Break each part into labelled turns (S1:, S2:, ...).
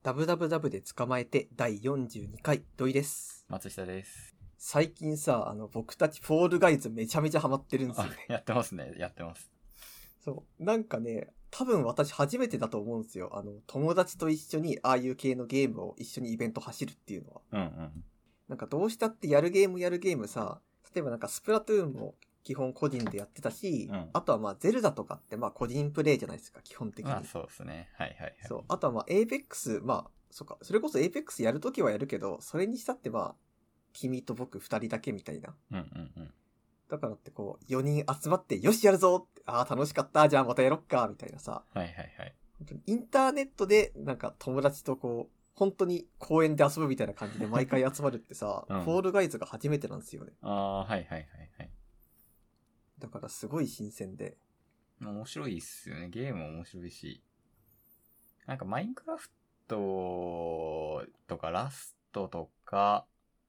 S1: ダブダブダブで捕まえて第42回土井です。
S2: 松下です。
S1: 最近さ、僕たちフォールガイズめちゃめちゃハマってるんですよね。
S2: やってますね。やってます。
S1: そう。なんかね、多分私初めてだと思うんですよ。友達と一緒にああいう系のゲームを一緒にイベント走るっていうのは。
S2: うんうん。
S1: なんかどうしたってやるゲームさ、例えばなんかスプラトゥーンも基本個人でやってたし、
S2: うん
S1: あとはまあゼルダとかってまあ個人プレイじゃないですか、基本的に。
S2: まあそうですね。はいはいはい。
S1: そう。あとはまあ、エイペックス、まあ、そっか。それこそエイペックスやるときはやるけど、それにしたってまあ、君と僕二人だけみたいな。
S2: うんうんうん。
S1: だからってこう、4人集まって、よしやるぞって、ああ、楽しかった。じゃあまたやろっか、みたいなさ。
S2: はいはいはい。
S1: 本当にインターネットで、なんか友達とこう、本当に公園で遊ぶみたいな感じで毎回集まるってさ、
S2: うん
S1: フォールガイズが初めてなんですよね。
S2: ああ、はいはいはいはい。
S1: だからすごい新鮮で。
S2: 面白いっすよね。ゲーム面白いし。なんかマインクラフトとかラストとか、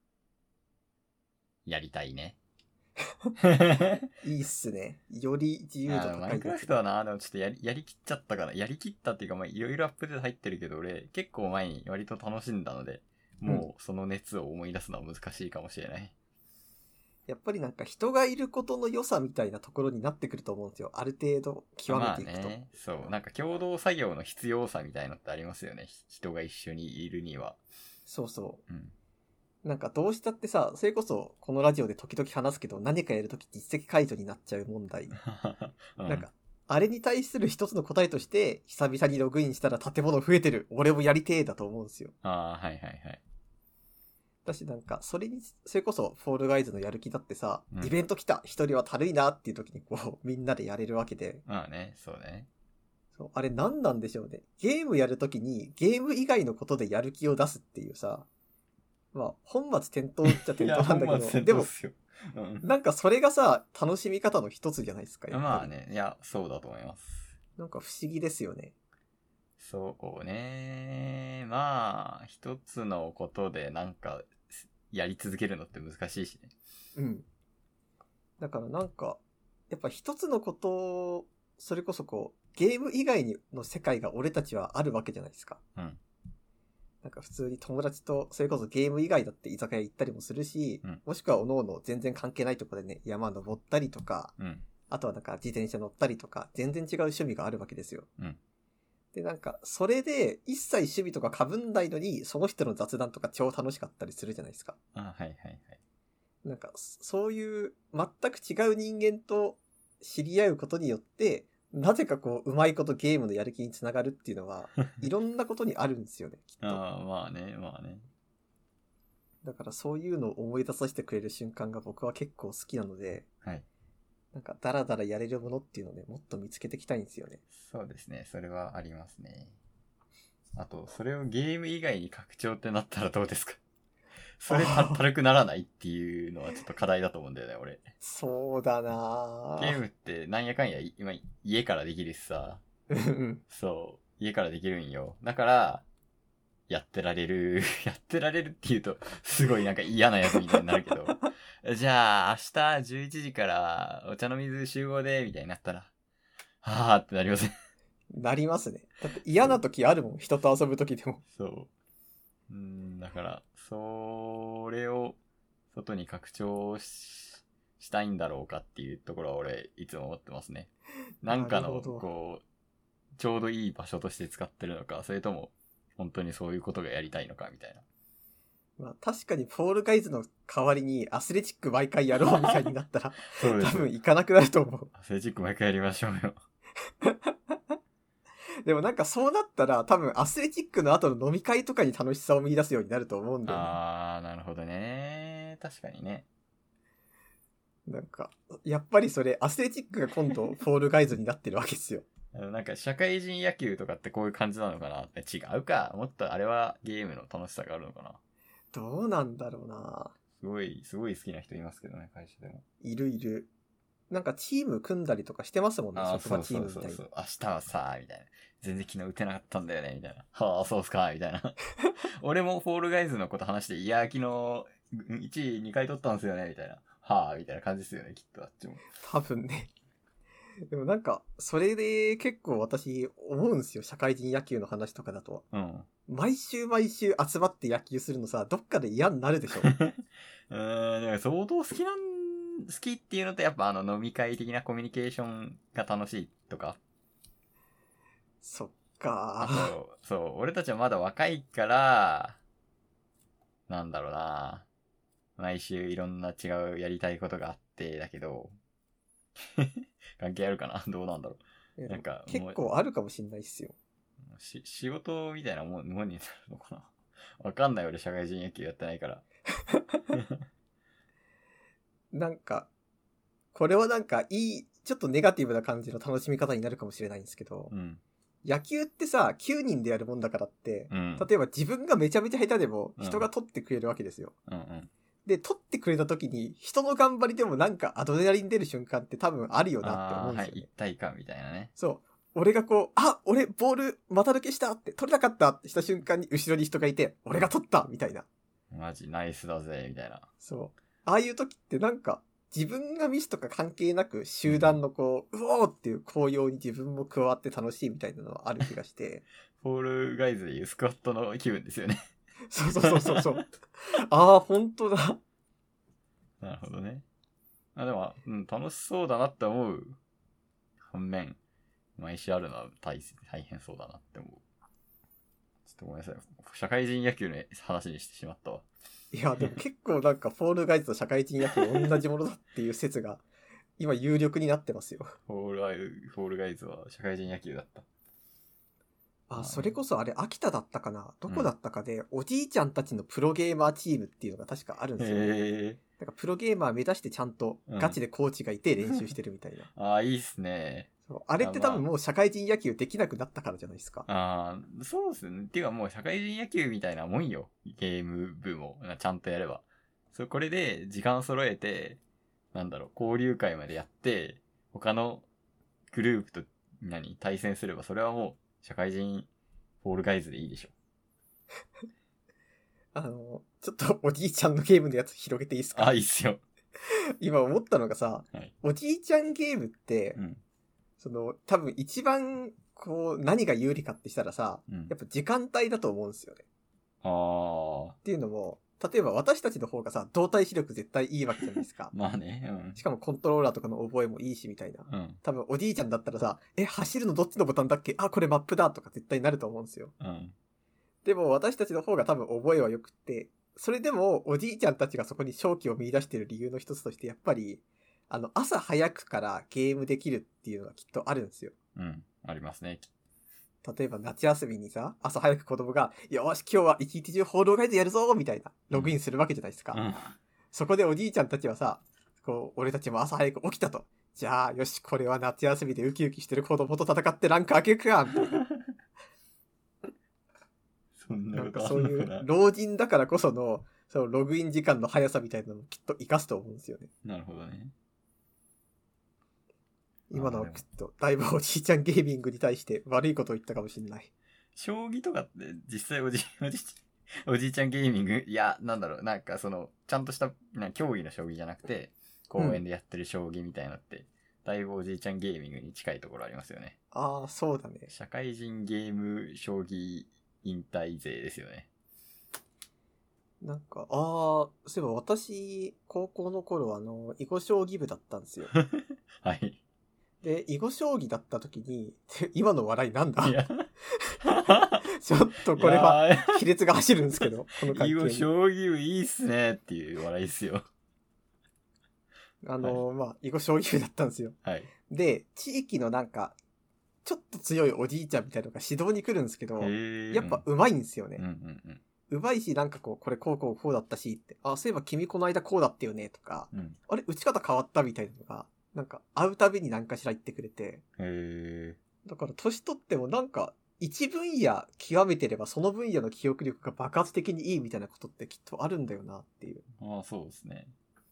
S2: やりたいね。
S1: いいっすね。より自由度高い
S2: マインクラフトはな、でもちょっとやりきっちゃったから、やりきったっていうか、まあいろいろアップデート入ってるけど、俺結構前に割と楽しんだので、もうその熱を思い出すのは難しいかもしれない。
S1: やっぱりなんか人がいることの良さみたいなところになってくると思うんですよ。ある程度極めていくと。
S2: まあね、そう。なんか共同作業の必要さみたいのってありますよね。人が一緒にいるには。
S1: そうそう。
S2: うん。
S1: なんかどうしたってさ、それこそこのラジオで時々話すけど、何かやるとき実績解除になっちゃう問題。
S2: うん、
S1: なんか、あれに対する一つの答えとして、久々にログインしたら建物増えてる。俺もやりてえだと思うんですよ。
S2: ああ、はいはいはい。
S1: だしなんか、それこそフォールガイズのやる気だってさ、
S2: うん
S1: イベント来た一人はたるいなっていう時にこう、みんなでやれるわけで。
S2: まあね、そうね。
S1: そう、あれ何なんでしょうね。ゲームやるときにゲーム以外のことでやる気を出すっていうさ、まあ、本末転倒っちゃ転倒なんだけど、でも、
S2: うん、
S1: なんかそれがさ、楽しみ方の一つじゃないですか、やっぱり。
S2: まあね、いや、そうだと思います。
S1: なんか不思議ですよね。
S2: そうね。まあ、一つのことでなんか、やり続けるのって難しいしね。
S1: うん。だからなんか、やっぱ一つのことを、それこそこう、ゲーム以外の世界が俺たちはあるわけじゃないですか。
S2: うん。
S1: なんか普通に友達と、それこそゲーム以外だって居酒屋行ったりもするし、
S2: うん、
S1: もしくは各々全然関係ないところでね、山登ったりとか、
S2: うん。
S1: あとはなんか自転車乗ったりとか、全然違う趣味があるわけですよ。
S2: うん。
S1: で、なんか、それで、一切趣味とか被んないのに、その人の雑談とか超楽しかったりするじゃないですか。
S2: あはいはいはい。
S1: なんか、そういう、全く違う人間と知り合うことによって、なぜかこう、うまいことゲームのやる気につながるっていうのは、いろんなことにあるんですよね、きっと。
S2: ああ、まあね、まあね。
S1: だからそういうのを思い出させてくれる瞬間が僕は結構好きなので、
S2: はい。
S1: なんか、ダラダラやれるものっていうのをね、もっと見つけていきたいんですよね。
S2: そうですね、それはありますね。あと、それをゲーム以外に拡張ってなったらどうですか？それ軽くならないっていうのはちょっと課題だと思うんだよね、俺。
S1: そうだな
S2: ゲームってなんやかんや今家からできるしさ。
S1: ぁ。
S2: そう。家からできるんよ。だから、やってられるって言うと、すごいなんか嫌なやつみたいになるけど。じゃあ、明日11時からお茶の水集合で、みたいになったら、はぁーってなりません？
S1: なりますね。だって嫌な時あるもん、人と遊ぶ時でも。
S2: そう。だから、それを外に拡張したいんだろうかっていうところは俺、いつも思ってますね。なんかの、
S1: なるほど
S2: こう、ちょうどいい場所として使ってるのか、それとも、本当にそういうことがやりたいのか、みたいな。
S1: まあ確かにフォールガイズの代わりにアスレチック毎回やろうみたいになったら、
S2: そうです。
S1: 多分行かなくなると思う。
S2: アスレチック毎回やりましょうよ。
S1: でもなんかそうなったら多分アスレチックの後の飲み会とかに楽しさを見出すようになると思うんだよね。
S2: なるほどね。確かにね。
S1: なんか、やっぱりそれアスレチックが今度フォールガイズになってるわけですよ。
S2: なんか社会人野球とかってこういう感じなのかなって。違うか。もっとあれはゲームの楽しさがあるのかな。
S1: どうなんだろうな。
S2: すごい好きな人いますけどね、会社でも。
S1: いるいる。なんかチーム組んだりとかしてますもんね、職場チームみたいに。
S2: 明日はさ、みたいな。全然昨日打てなかったんだよね、みたいな。はあ、そうっすか、みたいな。俺もフォールガイズのこと話して、いや、昨日、1位2回取ったんすよね、みたいな。はあ、みたいな感じですよね、きっとあっちも。
S1: 多分ね。 でもなんか、それで結構私思うんですよ。社会人野球の話とかだと。
S2: うん。
S1: 毎週毎週集まって野球するのさ、どっかで嫌になるでしょ。
S2: だから相当好きっていうのと、やっぱ飲み会的なコミュニケーションが楽しいとか。
S1: そっ
S2: あ
S1: か。
S2: と、そう、俺たちはまだ若いから、なんだろうな。毎週いろんな違うやりたいことがあって、だけど、関係あるかなどうなんだろう。なんか、もう、
S1: 結構あるかもしんないっすよ。
S2: 仕事みたいなもんになるのかなわかんない俺社会人野球やってないから。
S1: なんか、これはなんかちょっとネガティブな感じの楽しみ方になるかもしれないんですけど、
S2: うん。
S1: 野球ってさ、9人でやるもんだからって、
S2: うん。
S1: 例えば自分がめちゃめちゃ下手でも
S2: うん
S1: 人が取ってくれるわけですよ。
S2: うんうん。
S1: で、取ってくれた時に人の頑張りでもなんかアドレナリン出る瞬間って多分あるよなって思うん
S2: はい、
S1: ですよね。
S2: 一体感みたいなね。
S1: そう。俺がこう、俺ボール股抜けしたって取れなかったってした瞬間に後ろに人がいて、俺が取ったみたいな。
S2: マジナイスだぜ、みたいな。
S1: そう。ああいう時ってなんか、自分がミスとか関係なく集団のこう、うおーっていう高揚に自分も加わって楽しいみたいなのはある気がして。
S2: フォールガイズでいうスクワットの気分ですよね。
S1: そうそうそうそう。ああ、本当だ。
S2: なるほどね。でも、楽しそうだなって思う反面、毎週あるのは大変そうだなって思う。ちょっとごめんなさい。社会人野球の話にしてしまったわ。
S1: いや、でも結構なんかフォールガイズと社会人野球同じものだっていう説が今有力になってますよ。
S2: フォールガイズは社会人野球だった。
S1: それこそあれ秋田だったかなどこだったかで、おじいちゃんたちのプロゲーマーチームっていうのが確かあるんですよ。なんかプロゲーマー目指してちゃんとガチでコーチがいて練習してるみたいな。
S2: いいっすね。
S1: そうあれって多分もう社会人野球できなくなったからじゃないですか。
S2: そうですね。っていうかもう社会人野球みたいなもんよ。ゲーム部もちゃんとやれば。これで時間揃えて、交流会までやって、他のグループと対戦すれば、それはもう社会人フォールガイズでいいでしょ。
S1: ちょっとおじいちゃんのゲームのやつ広げていいですか？
S2: いいっすよ。
S1: 今思ったのがさ、
S2: はい、
S1: おじいちゃんゲームって、多分一番こう何が有利かってしたらさ、やっぱ時間帯だと思うんですよね。っていうのも、例えば私たちの方がさ、動体視力絶対いいわけじゃないですか。
S2: まあね、
S1: しかもコントローラーとかの覚えもいいしみたいな。多分おじいちゃんだったらさ、走るのどっちのボタンだっけ？これマップだとか絶対なると思うんですよ。でも私たちの方が多分覚えは良くって、それでもおじいちゃんたちがそこに勝機を見出している理由の一つとしてやっぱり、朝早くからゲームできるっていうのがきっとあるんですよ。
S2: ありますね。
S1: 例えば夏休みにさ、朝早く子供が、よし今日は一日中ホールガイズやるぞみたいな、ログインするわけじゃないですか。そこでおじいちゃんたちはさ、俺たちも朝早く起きたと。じゃあ、よし、これは夏休みでウキウキしてる子供と戦ってランク上げるかみたいな。なんかそういう老人だからこその、そのログイン時間の速さみたいなのもきっと活かすと思うんですよね。
S2: なるほどね。
S1: 今のはきっとだいぶおじいちゃんゲーミングに対して悪いことを言ったかもしれない。
S2: 将棋とかって実際おじいちゃんゲーミング、いや、ちゃんとした競技の将棋じゃなくて、公園でやってる将棋みたいなのって、だいぶおじいちゃんゲーミングに近いところありますよね。
S1: そうだね。
S2: 社会人ゲーム将棋引退勢ですよね。
S1: なんか、そういえば私、高校の頃囲碁将棋部だったんですよ。
S2: はい。
S1: で、囲碁将棋だった時に、今の笑いなんだ？
S2: いや
S1: ちょっとこれは、亀裂が走るんですけど、この関係に。
S2: 囲碁将棋部いいっすねっていう笑いっすよ。
S1: 囲碁将棋部だったんですよ。
S2: はい。
S1: で、地域のちょっと強いおじいちゃんみたいなのが指導に来るんですけど、やっぱ上手いんですよね。上手いし、これこうだったしって、そういえば君この間こうだったよねとか、あれ打ち方変わったみたいなのが、会うたびに何かしら言ってくれて、だから年取っても一分野極めてればその分野の記憶力が爆発的にいいみたいなことってきっとあるんだよなっていう。
S2: そうですね。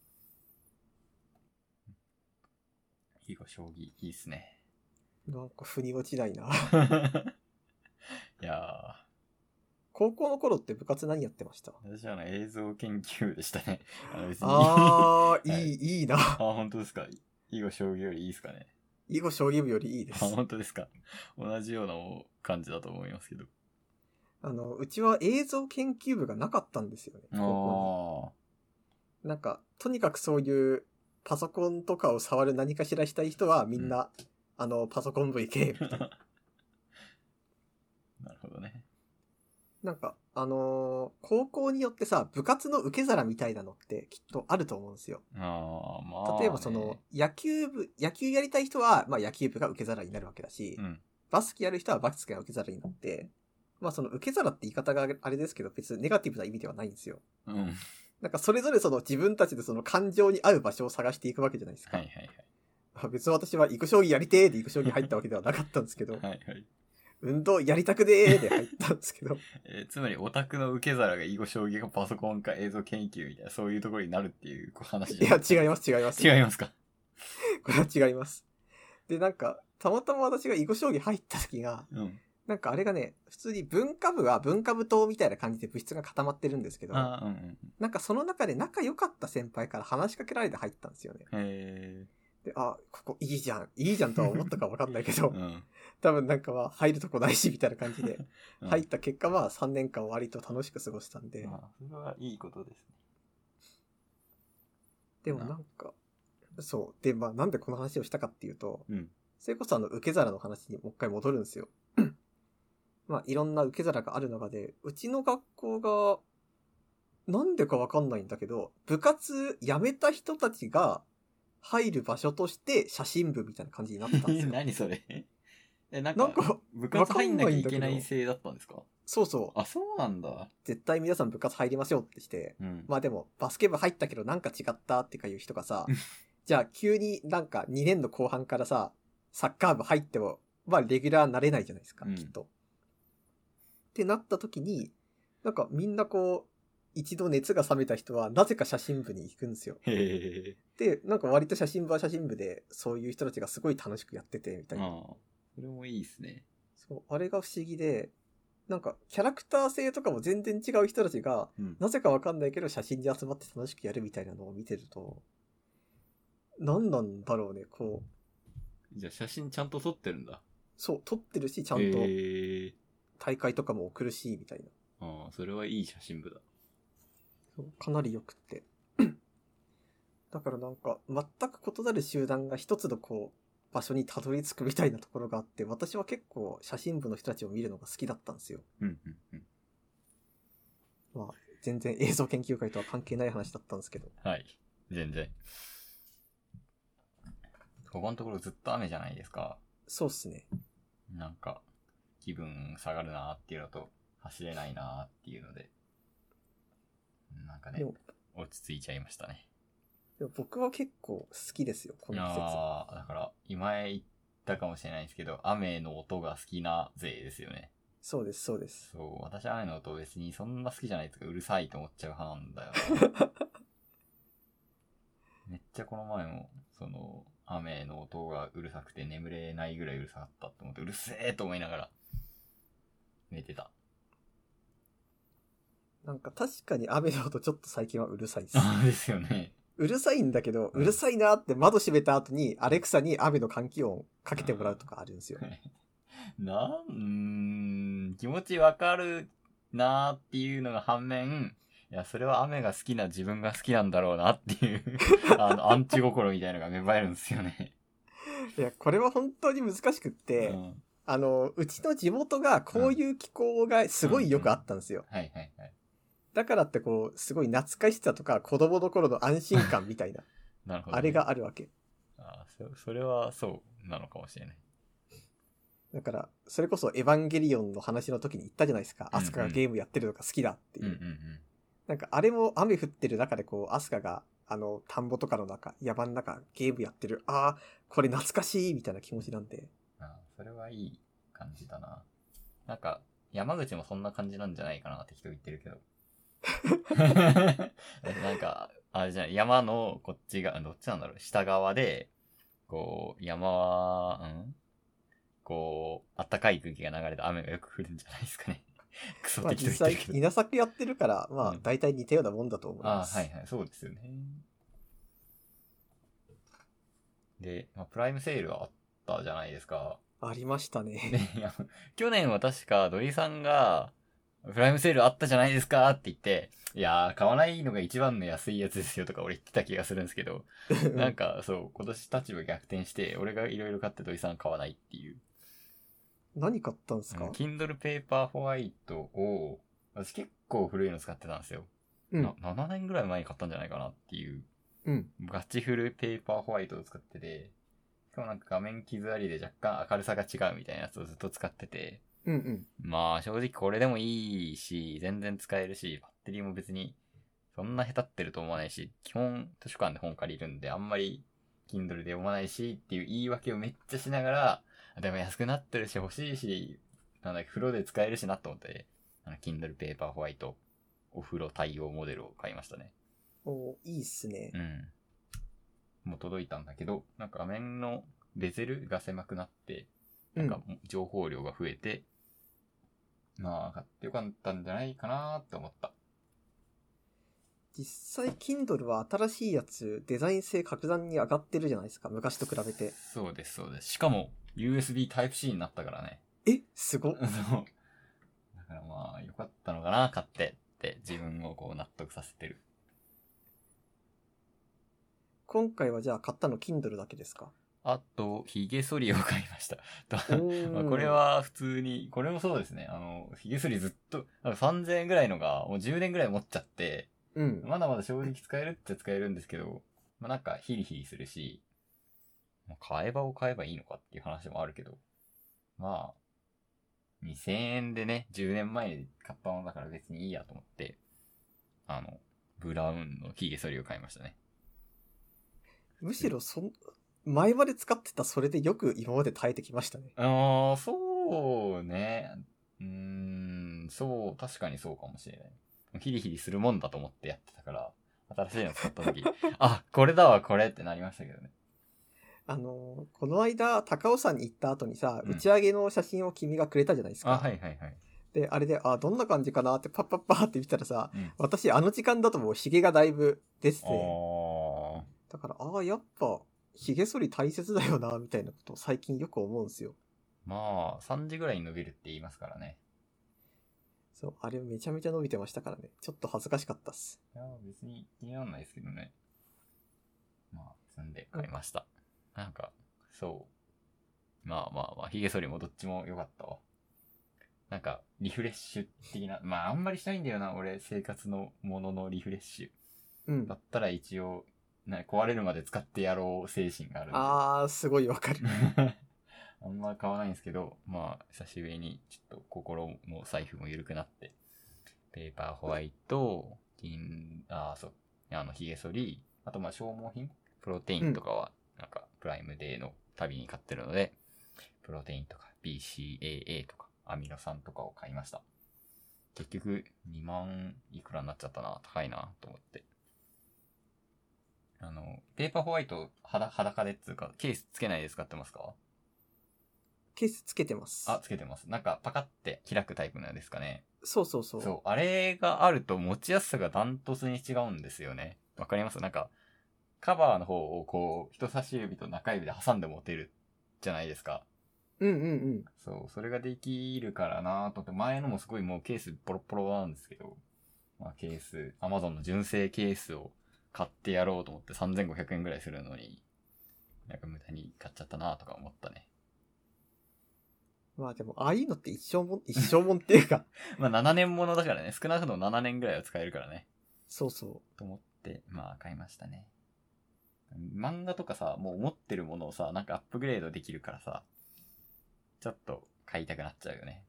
S2: 囲碁将棋いいっすね。
S1: 腑に落ちないな。
S2: いや
S1: 高校の頃って部活何やってました？
S2: 私は映像研究でしたね。別
S1: にいいな。
S2: 本当ですか。囲碁将棋よりいいですかね。
S1: 囲碁将棋部よりいいで
S2: あ、
S1: す。
S2: 本当ですか。同じような感じだと思いますけど。
S1: うちは映像研究部がなかったんですよね、高校
S2: あ
S1: に。なんか、とにかくそういうパソコンとかを触る何かしらしたい人はみんな、パソコン部行け、みたいな。
S2: なるほどね。
S1: なんか、高校によってさ、部活の受け皿みたいなのってきっとあると思うんですよ。
S2: ああ、まあ、ね。
S1: 例えば野球やりたい人は、まあ野球部が受け皿になるわけだし、
S2: うん。
S1: バスケやる人はバスケが受け皿になって、まあその受け皿って言い方があれですけど、別にネガティブな意味ではないんですよ。
S2: うん。
S1: なんかそれぞれ自分たちで感情に合う場所を探していくわけじゃないですか。
S2: はいはいはい。
S1: まあ別に私は囲碁将棋やりてーで囲碁将棋入ったわけではなかったんですけど、
S2: はいはい。
S1: 運動やりたくねーで入ったんですけど。
S2: つまりオタクの受け皿が囲碁将棋かパソコンか映像研究みたいな、そういうところになるっていう話じゃないですか。
S1: いや、違います。
S2: 違いますか。
S1: これは違います。で、なんか、たまたま私が囲碁将棋入った時が、
S2: うん。
S1: なんかあれがね、普通に文化部は文化部棟みたいな感じで部室が固まってるんですけど、
S2: ああ、うんうん。
S1: なんかその中で仲良かった先輩から話しかけられて入ったんですよね。
S2: へ
S1: で、ここいいじゃんとは思ったかわかんないけど、
S2: うん。
S1: 多分なんかまあ入るとこないしみたいな感じで、
S2: うん
S1: 入った結果まあ3年間割と楽しく過ごしたんで、
S2: まあ、それはいいことですね。
S1: でもなんか、そう。で、まあなんでこの話をしたかっていうと、
S2: うん。
S1: それこそ受け皿の話にもう一回戻るんですよ。まあいろんな受け皿がある中で、うちの学校が、なんでかわかんないんだけど、部活辞めた人たちが入る場所として写真部みたいな感じになってたんですよ。
S2: 何それなん
S1: なんか、
S2: 部活入んなきゃいけない制だったんですか？
S1: そうそう。
S2: あ、そうなんだ。
S1: 絶対皆さん部活入りましょうってして、
S2: うん。
S1: まあでもバスケ部入ったけどなんか違ったってかいう人がさ、じゃあ急になんか2年の後半からさ、サッカー部入っても、まあレギュラーなれないじゃないですか、
S2: うん
S1: きっと。ってなった時に、なんかみんなこう、一度熱が冷めた人はなぜか写真部に行くんですよ。
S2: へえ。
S1: で、なんか割と写真部は写真部で、そういう人たちがすごい楽しくやってて、みたいな。
S2: ああ、それもいいですね。
S1: そう、あれが不思議で、なんかキャラクター性とかも全然違う人たちが、
S2: うん。
S1: なぜかわかんないけど写真に集まって楽しくやるみたいなのを見てると、何なんだろうね、こう。
S2: じゃあ写真ちゃんと撮ってるんだ。
S1: そう、撮ってるし、ちゃんと
S2: へえ。
S1: 大会とかも送るし、みたいな。
S2: ああ、それはいい写真部だ。
S1: そうかなり良くって。だからなんか、全く異なる集団が一つのこう、場所にたどり着くみたいなところがあって、私は結構写真部の人たちを見るのが好きだったんですよ。
S2: うんうんうん。
S1: まあ、全然映像研究会とは関係ない話だったんですけど。
S2: はい。全然。ここのところずっと雨じゃないですか。
S1: そうっすね。
S2: なんか、気分下がるなーっていうのと、走れないなーっていうので、なんかね、落ち着いちゃいましたね。
S1: でも僕は結構好きですよ、この季節。
S2: ああ、だから、今言ったかもしれないですけど、雨の音が好きな勢ですよね。
S1: そうです、そうです。
S2: そう、私雨の音別にそんな好きじゃないですか、うるさいと思っちゃう派なんだよな。めっちゃこの前も、雨の音がうるさくて眠れないぐらいうるさかったと思って、うるせえと思いながら、寝てた。
S1: なんか確かに雨の音ちょっと最近はうるさいです。
S2: ああ、ですよね。
S1: うるさいんだけど、うるさいなって窓閉めた後に、アレクサに雨の換気音かけてもらうとかあるんですよ。
S2: 気持ちわかるなーっていうのが反面、いや、それは雨が好きな自分が好きなんだろうなっていう、アンチ心みたいなのが芽生えるんですよね。
S1: いや、これは本当に難しくって、うちの地元がこういう気候がすごいよくあったんですよ。
S2: はいはいはい。
S1: だからってこう、すごい懐かしさとか子供の頃の安心感みたいな、
S2: なるほど、ね。
S1: あれがあるわけ。
S2: それはそうなのかもしれない。
S1: だから、それこそエヴァンゲリオンの話の時に言ったじゃないですか。アスカがゲームやってるのが好きだっていう。なんかあれも雨降ってる中でこう、アスカが田んぼとかの中、山の中、ゲームやってる。ああ、これ懐かしいみたいな気持ちなんで。
S2: それはいい感じだな。なんか、山口もそんな感じなんじゃないかなって人言ってるけど。なんか、あれじゃない、山のこっちが、どっちなんだろう、下側で、こう、山は、こう、暖かい空気が流れて雨がよく降るんじゃないですかね。クソ適当言ってるけど。
S1: 実際、稲作やってるから、まあ、大体似たようなもんだと思います。
S2: はいはい、そうですよね。で、プライムセールはあったじゃないですか。
S1: ありましたね。
S2: で、いや去年は確か土井さんが、プライムセールあったじゃないですかって言って、いやー、買わないのが一番の安いやつですよとか俺言ってた気がするんですけど、なんかそう、今年立場逆転して、俺がいろいろ買って土井さん買わないっていう。
S1: 何買ったんですか？
S2: Kindle Paper White を、私結構古いの使ってたんですよ。
S1: うん。
S2: 7年ぐらい前に買ったんじゃないかなっていう、
S1: うん。
S2: ガチフルペーパーホワイトを使ってて、しかもなんか画面傷ありで若干明るさが違うみたいなやつをずっと使ってて、
S1: うんうん。
S2: まあ正直これでもいいし、全然使えるし、バッテリーも別にそんな下手ってると思わないし、基本図書館で本借りるんであんまり Kindle で読まないしっていう言い訳をめっちゃしながら、でも安くなってるし欲しいし、なんだっけ、風呂で使えるしなと思って、Kindle Paper White お風呂対応モデルを買いましたね。
S1: おー、いいっすね。
S2: うん。もう届いたんだけど、なんか画面のベゼルが狭くなって、なんか情報量が増えて、まあ買ってよかったんじゃないかなって思った。
S1: 実際 Kindle は新しいやつデザイン性格段に上がってるじゃないですか、昔と比べて。
S2: そうですそうです。しかも USB Type-C になったからね。
S1: すごっ。
S2: そう。だからまあよかったのかな、買ってって自分をこう納得させてる。
S1: 今回はじゃあ買ったの Kindle だけですか？
S2: あと、髭剃りを買いました。まあこれ
S1: は、
S2: は普通に、これもそうですね。髭剃りずっと、3000円ぐらいのがもう10年ぐらい持っちゃって、
S1: うん。
S2: まだまだ正直使えるっちゃ使えるんですけど、まあなんかヒリヒリするし、買えばを買えばいいのかっていう話もあるけど、まあ、2000円でね、10年前に買ったものだから別にいいやと思って、ブラウンの髭剃りを買いましたね。
S1: むしろ前まで使ってたそれでよく今まで耐えてきましたね。
S2: そうね。そう、確かにそうかもしれない。ヒリヒリするもんだと思ってやってたから、新しいの使った時、あ、これだわ、これってなりましたけどね。
S1: この間、高尾山に行った後にさ、
S2: うん
S1: 打ち上げの写真を君がくれたじゃないですか。
S2: あ、はいはいはい。
S1: で、あれで、どんな感じかなってパッパッパーって見たらさ、
S2: うん。
S1: 私あの時間だともうヒゲがだいぶ出てて、
S2: あ
S1: だから、やっぱ、ヒゲ剃り大切だよな、みたいなことを最近よく思うんですよ。
S2: まあ、3時ぐらいに伸びるって言いますからね。
S1: そう、あれめちゃめちゃ伸びてましたからね。ちょっと恥ずかしかったっす。
S2: いや、別に気にならないですけどね。まあ、積んで買いました。なんか、そう。まあまあまあ、髭剃りもどっちも良かったわ。なんか、リフレッシュ的な、まああんまりしないんだよな、俺、生活のもののリフレッシ
S1: うん。
S2: ュ。だったら一応、壊れるまで使ってやろう精神があるんで。
S1: すごいわかる。
S2: あんま買わないんですけど、まあ、久しぶりにちょっと心も財布も緩くなって、ペーパーホワイト、そう、髭剃り、あとまあ消耗品プロテインとかは、なんか、プライムデーの旅に買ってるので、プロテインとか BCAA とか、アミノ酸とかを買いました。結局、2万いくらになっちゃったな、高いな、と思って。ペーパーホワイト裸でっつうか、ケースつけないで使ってますか？
S1: ケースつけてます。
S2: つけてます。なんか、パカって開くタイプなんですかね。
S1: そうそうそう。
S2: そう、あれがあると持ちやすさがダントツに違うんですよね。わかります？なんか、カバーの方をこう、人差し指と中指で挟んで持てるじゃないですか。
S1: うんうんうん。
S2: そう、それができるからなと思って、前のもすごいもうケースポロポロなんですけど、まあケース、アマゾンの純正ケースを買ってやろうと思って3500円ぐらいするのに、なんか無駄に買っちゃったなとか思ったね。
S1: まあでも、ああいうのって一生もんっていうか。
S2: まあ7年ものだからね、少なくとも7年ぐらいは使えるからね。
S1: そうそう。
S2: と思って、まあ買いましたね。漫画とかさ、もう持ってるものをさ、なんかアップグレードできるからさ、ちょっと買いたくなっちゃうよね。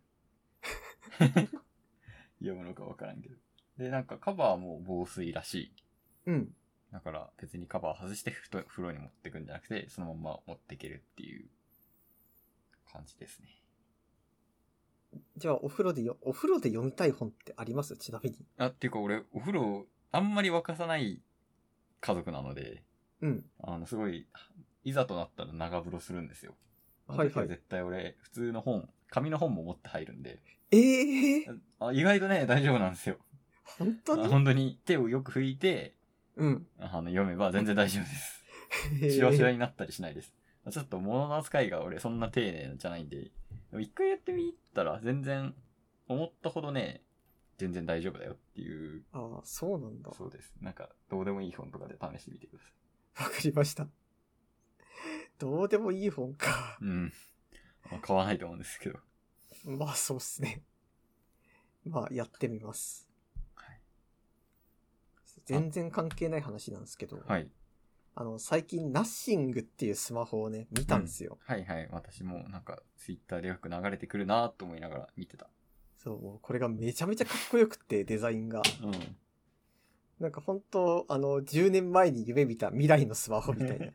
S2: 読むのかわからんけど。で、なんかカバーも防水らしい。
S1: うん。
S2: だから別にカバー外して風呂に持ってくんじゃなくて、そのまま持っていけるっていう感じですね。
S1: じゃあお風呂で読みたい本ってあります？ちなみに。
S2: っていうか俺、お風呂あんまり沸かさない家族なので、
S1: うん。
S2: すごい、いざとなったら長風呂するんですよ。
S1: はいはい。
S2: 絶対俺、普通の本、紙の本も持って入るんで。
S1: 意
S2: 意外とね、大丈夫なんですよ。
S1: 本当に？
S2: 本当に手をよく拭いて、
S1: うん。
S2: 読めば全然大丈夫です。シワシワになったりしないです。 ちょっと物の扱いが俺そんな丁寧じゃないんで、でも一回やってみたら全然思ったほどね、全然大丈夫だよっていう。
S1: ああ、そうなんだ。
S2: そうです。なんか、どうでもいい本とかで試してみてくださ
S1: わかりました。どうでもいい本か。
S2: い。うん。まあ、買わないと思うんですけど。
S1: まあそうっすね。まあやってみます。
S2: はい。
S1: 全然関係ない話なんですけど、
S2: はい。
S1: 最近ナッシングっていうスマホをね、見たんですよ。
S2: はいはい。私もなんか、ツイッターでよく流れてくるなと思いながら見てた。
S1: そう、もうこれがめちゃめちゃかっこよくて、デザインが。
S2: うん。
S1: なんか本当10年前に夢見た未来のスマホみたいな。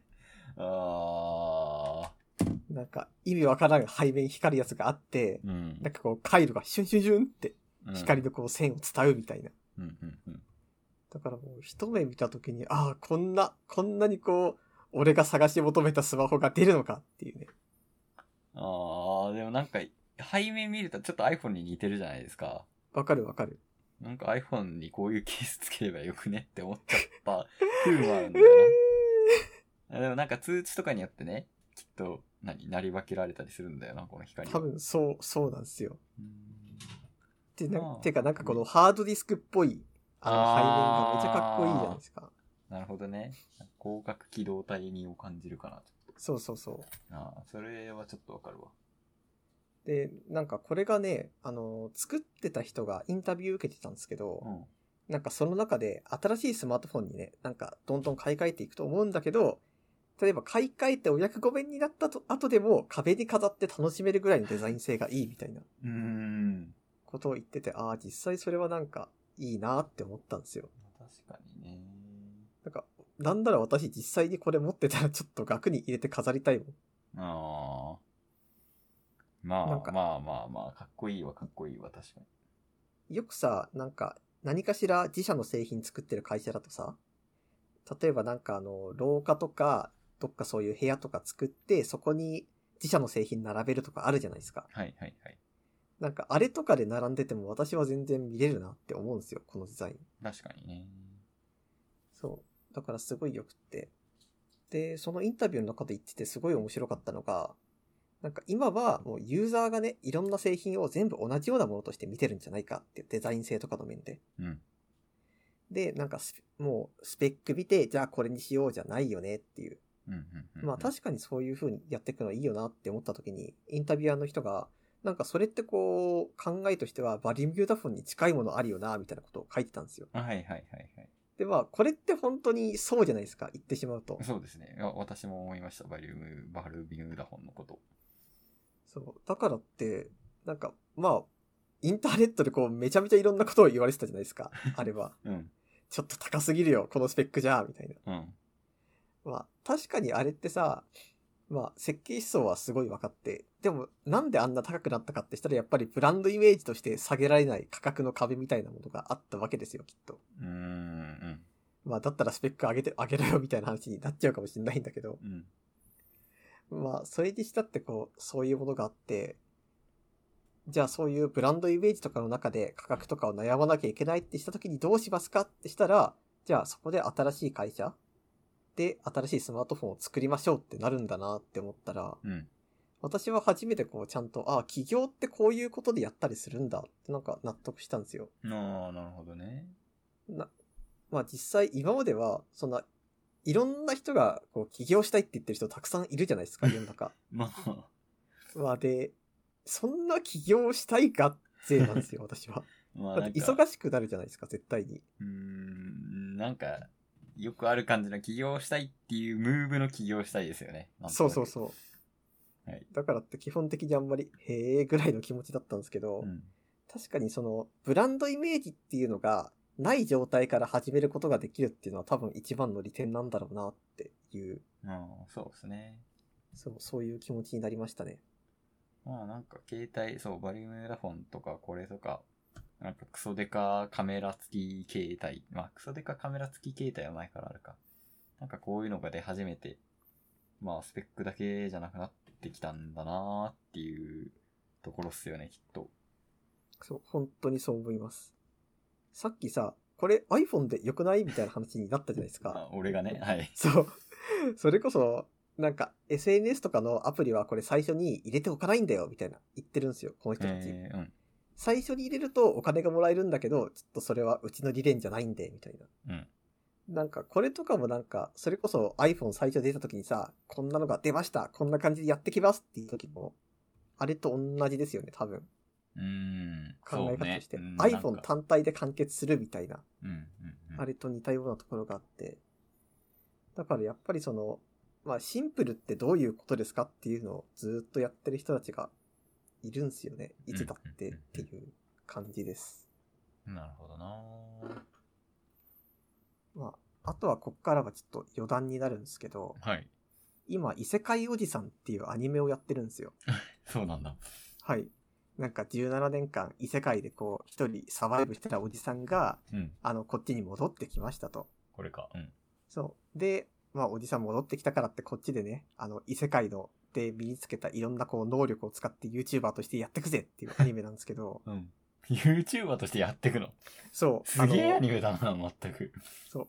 S2: あ
S1: なんか意味わからん背面光るやつがあって、
S2: ー。うん。
S1: なんかこう回路がシュンシュンシュンって
S2: うん
S1: 光のこう線を伝うみたいな。
S2: うんうんうん。
S1: だからもう一目見たときに、ああ、こんなにこう、俺が探し求めたスマホが出るのかっていうね。
S2: あー、でもなんか、背面見るとちょっと iPhone に似てるじゃないですか。
S1: わかるわかる。
S2: なんか iPhone にこういうケースつければよくねって思っちゃった風もあるんだよな。でもなんか通知とかによってね、きっと、なり分けられたりするんだよな、この光は。
S1: 多分そうなんですよ。
S2: うーん。
S1: てかなんかこのハードディスクっぽい、背面がめちゃかっこいいじゃないですか。
S2: なるほどね。広角機動隊にを感じるかな。
S1: そうそうそう。
S2: ああ、それはちょっとわかるわ。
S1: で、なんかこれがね、作ってた人がインタビュー受けてたんですけど、
S2: うん。
S1: なんかその中で新しいスマートフォンにね、なんかどんどん買い替えていくと思うんだけど、例えば買い替えてお役御免になった後でも壁に飾って楽しめるぐらいのデザイン性がいいみたいなことを言ってて、ああ、実際それはなんかいいなって思ったんですよ。
S2: 確かにね。
S1: なんか、なんなら私実際にこれ持ってたらちょっと額に入れて飾りたいもん。
S2: ああ。ま
S1: なんか
S2: あまあまあまあ、かっこいいわ、かっこいいわ、確かに。
S1: よくさ、なんか何かしら自社の製品作ってる会社だとさ、例えばなんか廊下とか、どっかそういう部屋とか作って、そこに自社の製品並べるとかあるじゃないですか。
S2: はいはいはい。
S1: なんかあれとかで並んでても私は全然見れるなって思うんですよ、このデザイン。
S2: 確かにね。
S1: そう。だからすごいよくって。で、そのインタビューの中で言っててすごい面白かったのが、なんか今はもうユーザーがね、いろんな製品を全部同じようなものとして見てるんじゃないかっていうデザイン性とかの面で。
S2: うん。
S1: で、なんかもうスペック見て、じゃあこれにしようじゃないよねっていう。
S2: うんうんうん。
S1: まあ確かにそういう風にやっていくのはいいよなって思った時に、インタビュアーの人が、なんかそれってこう、考えとしてはバリミューダフォンに近いものあるよな、みたいなことを書いてたんですよ。
S2: はいはいはいはい。
S1: で、まあこれって本当にそうじゃないですか、言ってしまうと。
S2: そうですね。私も思いました。バルミューダフォンのこと。
S1: そう。だからって、なんか、まあ、インターネットでこう、めちゃめちゃいろんなことを言われてたじゃないですか。あれは。
S2: うん。
S1: ちょっと高すぎるよ、このスペックじゃ、みたいな。
S2: うん。
S1: まあ、確かにあれってさ、まあ、設計思想はすごい分かって、でも、なんであんな高くなったかってしたら、やっぱりブランドイメージとして下げられない価格の壁みたいなものがあったわけですよ、きっと。まあ、だったらスペック上げろよ、みたいな話になっちゃうかもしれないんだけど。まあ、それにしたってこう、そういうものがあって、じゃあそういうブランドイメージとかの中で価格とかを悩まなきゃいけないってした時にどうしますかってしたら、じゃあそこで新しい会社で新しいスマートフォンを作りましょうってなるんだなって思ったら、私は初めてこうちゃんと、企業ってこういうことでやったりするんだってなんか納得したんですよ。
S2: ああ、なるほどね。
S1: まあ実際今までは、そんな、いろんな人がこう起業したいって言ってる人たくさんいるじゃないですか、世の中。
S2: まあ。
S1: まあで、そんな起業したいかってなんですよ、私は。
S2: まあ
S1: だって忙しくなるじゃないですか、絶対に。
S2: なんか、よくある感じの起業したいっていうムーブの起業したいですよね。
S1: そうそうそう。
S2: はい。
S1: だからって基本的にあんまり、へーぐらいの気持ちだったんですけど、確かにその、ブランドイメージっていうのが、ない状態から始めることができるっていうのは多分一番の利点なんだろうなっていう。
S2: そうですね。
S1: そういう気持ちになりましたね。
S2: まあなんか携帯、バリュームダフォンとかこれとか、なんかクソデカカメラ付き携帯。まあクソデカカメラ付き携帯は前からあるか。なんかこういうのが出始めて、まあスペックだけじゃなくなってきたんだなーっていうところっすよね、きっと。
S1: そう、本当にそう思います。さっきさ、これ iPhone で良くないみたいな話になったじゃないですか。
S2: 俺がね、はい。
S1: そう。それこそ、 なんか SNS とかのアプリはこれ最初に入れておかないんだよみたいな言ってるんですよ、この人たち。最初に入れるとお金がもらえるんだけど、ちょっとそれはうちの理念じゃないんで、みたいな。なんかこれとかもなんか、それこそ iPhone 最初出た時にさ、こんなのが出ました、こんな感じでやってきますっていう時も、あれと同じですよね、多分。考え方として、iPhone 単体で完結するみたいな、あれと似たようなところがあって、だからやっぱりその、まあシンプルってどういうことですかっていうのをずっとやってる人たちがいるんすよね。いつだってっていう感じです。
S2: なるほどな。
S1: まあ、あとはこっからはちょっと余談になるんですけど、
S2: はい。
S1: 今、異世界おじさんっていうアニメをやってるんですよ。
S2: そうなんだ。
S1: はい。なんか17年間異世界でこう一人サバイブしてたおじさんが、こっちに戻ってきましたと。
S2: これか。
S1: そう。で、まあおじさん戻ってきたからってこっちでね、異世界ので身につけたいろんなこう能力を使って YouTuber としてやってくぜっていうアニメなんですけど。
S2: YouTuber としてやってくの？
S1: そう。
S2: すげえアニメだな、全く。
S1: そう。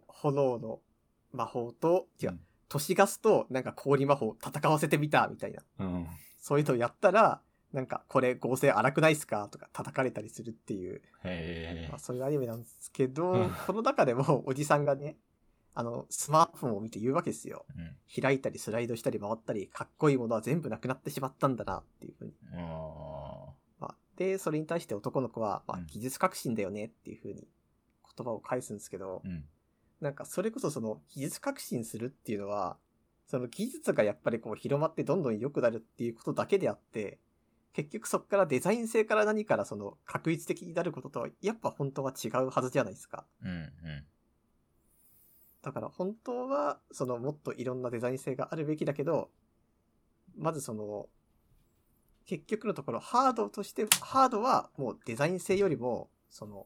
S1: 炎の魔法と、都市ガスとなんか氷魔法戦わせてみたみたいな。そういうのをやったら、なんかこれ合成荒くないっすかとか叩かれたりするっていう。まあ、そういうアニメなんですけど、この中でもおじさんがね、スマートフォンを見て言うわけですよ。開いたりスライドしたり回ったり、かっこいいものは全部なくなってしまったんだなっていうふうに。で、それに対して男の子は、技術革新だよねっていうふうに言葉を返すんですけど、なんかそれこそその技術革新するっていうのは、その技術がやっぱりこう広まってどんどん良くなるっていうことだけであって、結局そこからデザイン性から何からその確率的になることとはやっぱ本当は違うはずじゃないですか。だから本当はそのもっといろんなデザイン性があるべきだけど、まずその結局のところハードはもうデザイン性よりもその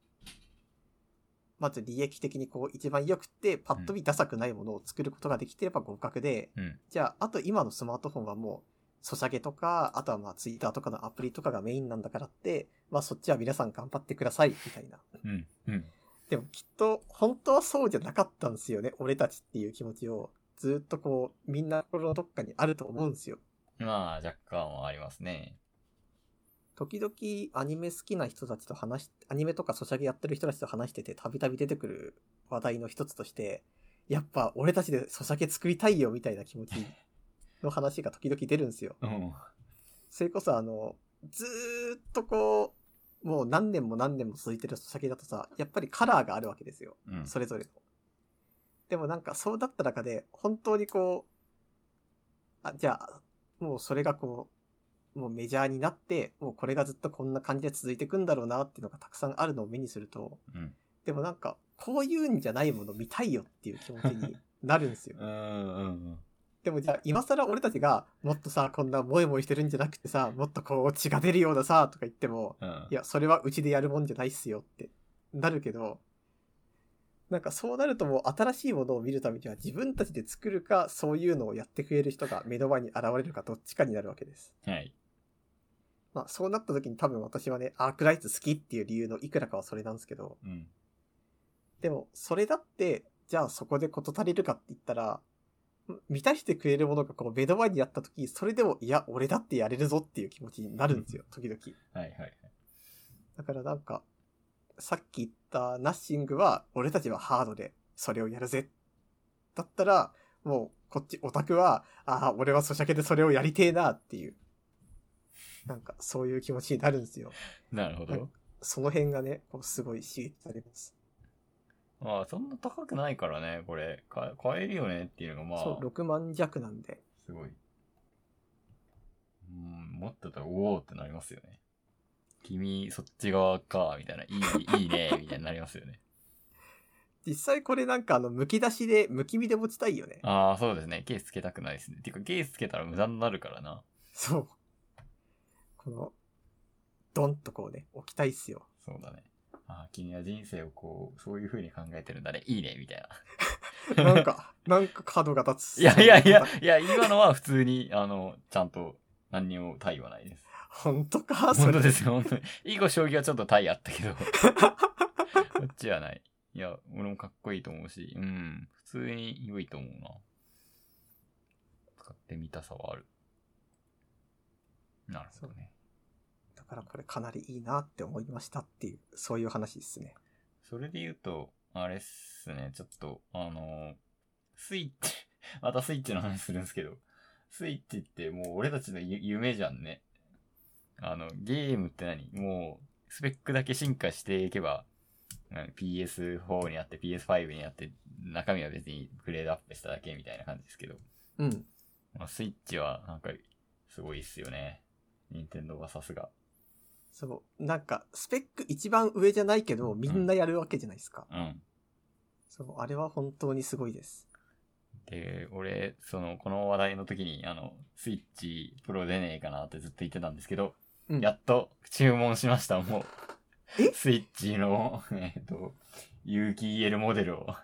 S1: まず利益的にこう一番良くてパッと見ダサくないものを作ることができてれば合格で、じゃああと今のスマートフォンはもうソシャゲとかあとはまあツイッターとかのアプリとかがメインなんだからって、まあそっちは皆さん頑張ってくださいみたいな。でもきっと本当はそうじゃなかったんですよね、俺たちっていう気持ちをずっとこうみんな心のどっかにあると思うんですよ。
S2: まあ若干はありますね。
S1: 時々アニメ好きな人たちとアニメとかソシャゲやってる人たちと話しててたびたび出てくる話題の一つとして、やっぱ俺たちでソシャゲ作りたいよみたいな気持ちの話が時々出るんですよ。それこそずーっとこう、もう何年も何年も続いてるソシャゲだとさ、やっぱりカラーがあるわけですよ。それぞれの。でもなんかそうだった中で、本当にこう、じゃあ、もうそれがこう、もうメジャーになって、もうこれがずっとこんな感じで続いていくんだろうなっていうのがたくさんあるのを目にすると、でもなんか、こういうんじゃないもの見たいよっていう気持ちになるんですよ。でもじゃあ今更俺たちがもっとさ、こんなモイモイしてるんじゃなくてさ、もっとこう血が出るようなさ、とか言っても、いや、それはうちでやるもんじゃないっすよってなるけど、なんかそうなるともう新しいものを見るためには自分たちで作るか、そういうのをやってくれる人が目の前に現れるかどっちかになるわけです。
S2: はい。
S1: まあそうなった時に多分私はね、アークライツ好きっていう理由のいくらかはそれなんですけど、でもそれだってじゃあそこで事足りるかって言ったら、満たしてくれるものがこう目の前にあった時、それでもいや俺だってやれるぞっていう気持ちになるんですよ、時々。だからなんかさっき言ったナッシングは俺たちはハードでそれをやるぜだったら、もうこっちオタクは俺はソシャゲでそれをやりてえなっていう、なんかそういう気持ちになるんですよ。
S2: なるほど。
S1: その辺がね、こうすごい刺激されます。
S2: まあそんな高くないからね、これ買えるよねっていうのがまあ。
S1: そう、6万弱なんで。
S2: すごい。持ってたらおおってなりますよね。君そっち側かみたいな、いいねみたいになりますよね。
S1: 実際これなんかむき出しでむき身で持ちたいよね。
S2: そうですね。ケースつけたくないですね。ていうかケースつけたら無駄になるからな。
S1: そう。このドンとこうね置きたいっすよ。
S2: そうだね。君は人生をこうそういう風に考えてるんだね。いいねみたい
S1: な。なんか角が立つ。
S2: いや今のは普通にちゃんと何にも対はないです。
S1: 本当か？
S2: 本当ですよ、本当に。囲碁将棋はちょっと対あったけど。こっちはない。いや、俺もかっこいいと思うし、普通に良いと思うな。 使ってみたさはある。なるほどね。
S1: だからこれかなりいいなって思いましたっていう、そういう話ですね。
S2: それで言うと、あれっすね、ちょっと、スイッチ、またスイッチの話するんですけど、スイッチってもう俺たちの夢じゃんね。ゲームってもう、スペックだけ進化していけば、PS4 にあって PS5 にあって、中身は別にグレードアップしただけみたいな感じですけど。
S1: うん。
S2: まあ、スイッチはなんか、すごいっすよね。任天堂はさすが。
S1: そう。なんか、スペック一番上じゃないけど、みんなやるわけじゃないですか。
S2: うん。
S1: そう、あれは本当にすごいです。
S2: で、俺、この話題の時に、スイッチプロ出ねえかなってずっと言ってたんですけど、
S1: うん、
S2: やっと注文しました、もう。
S1: え
S2: スイッチの、有機 EL モデルを。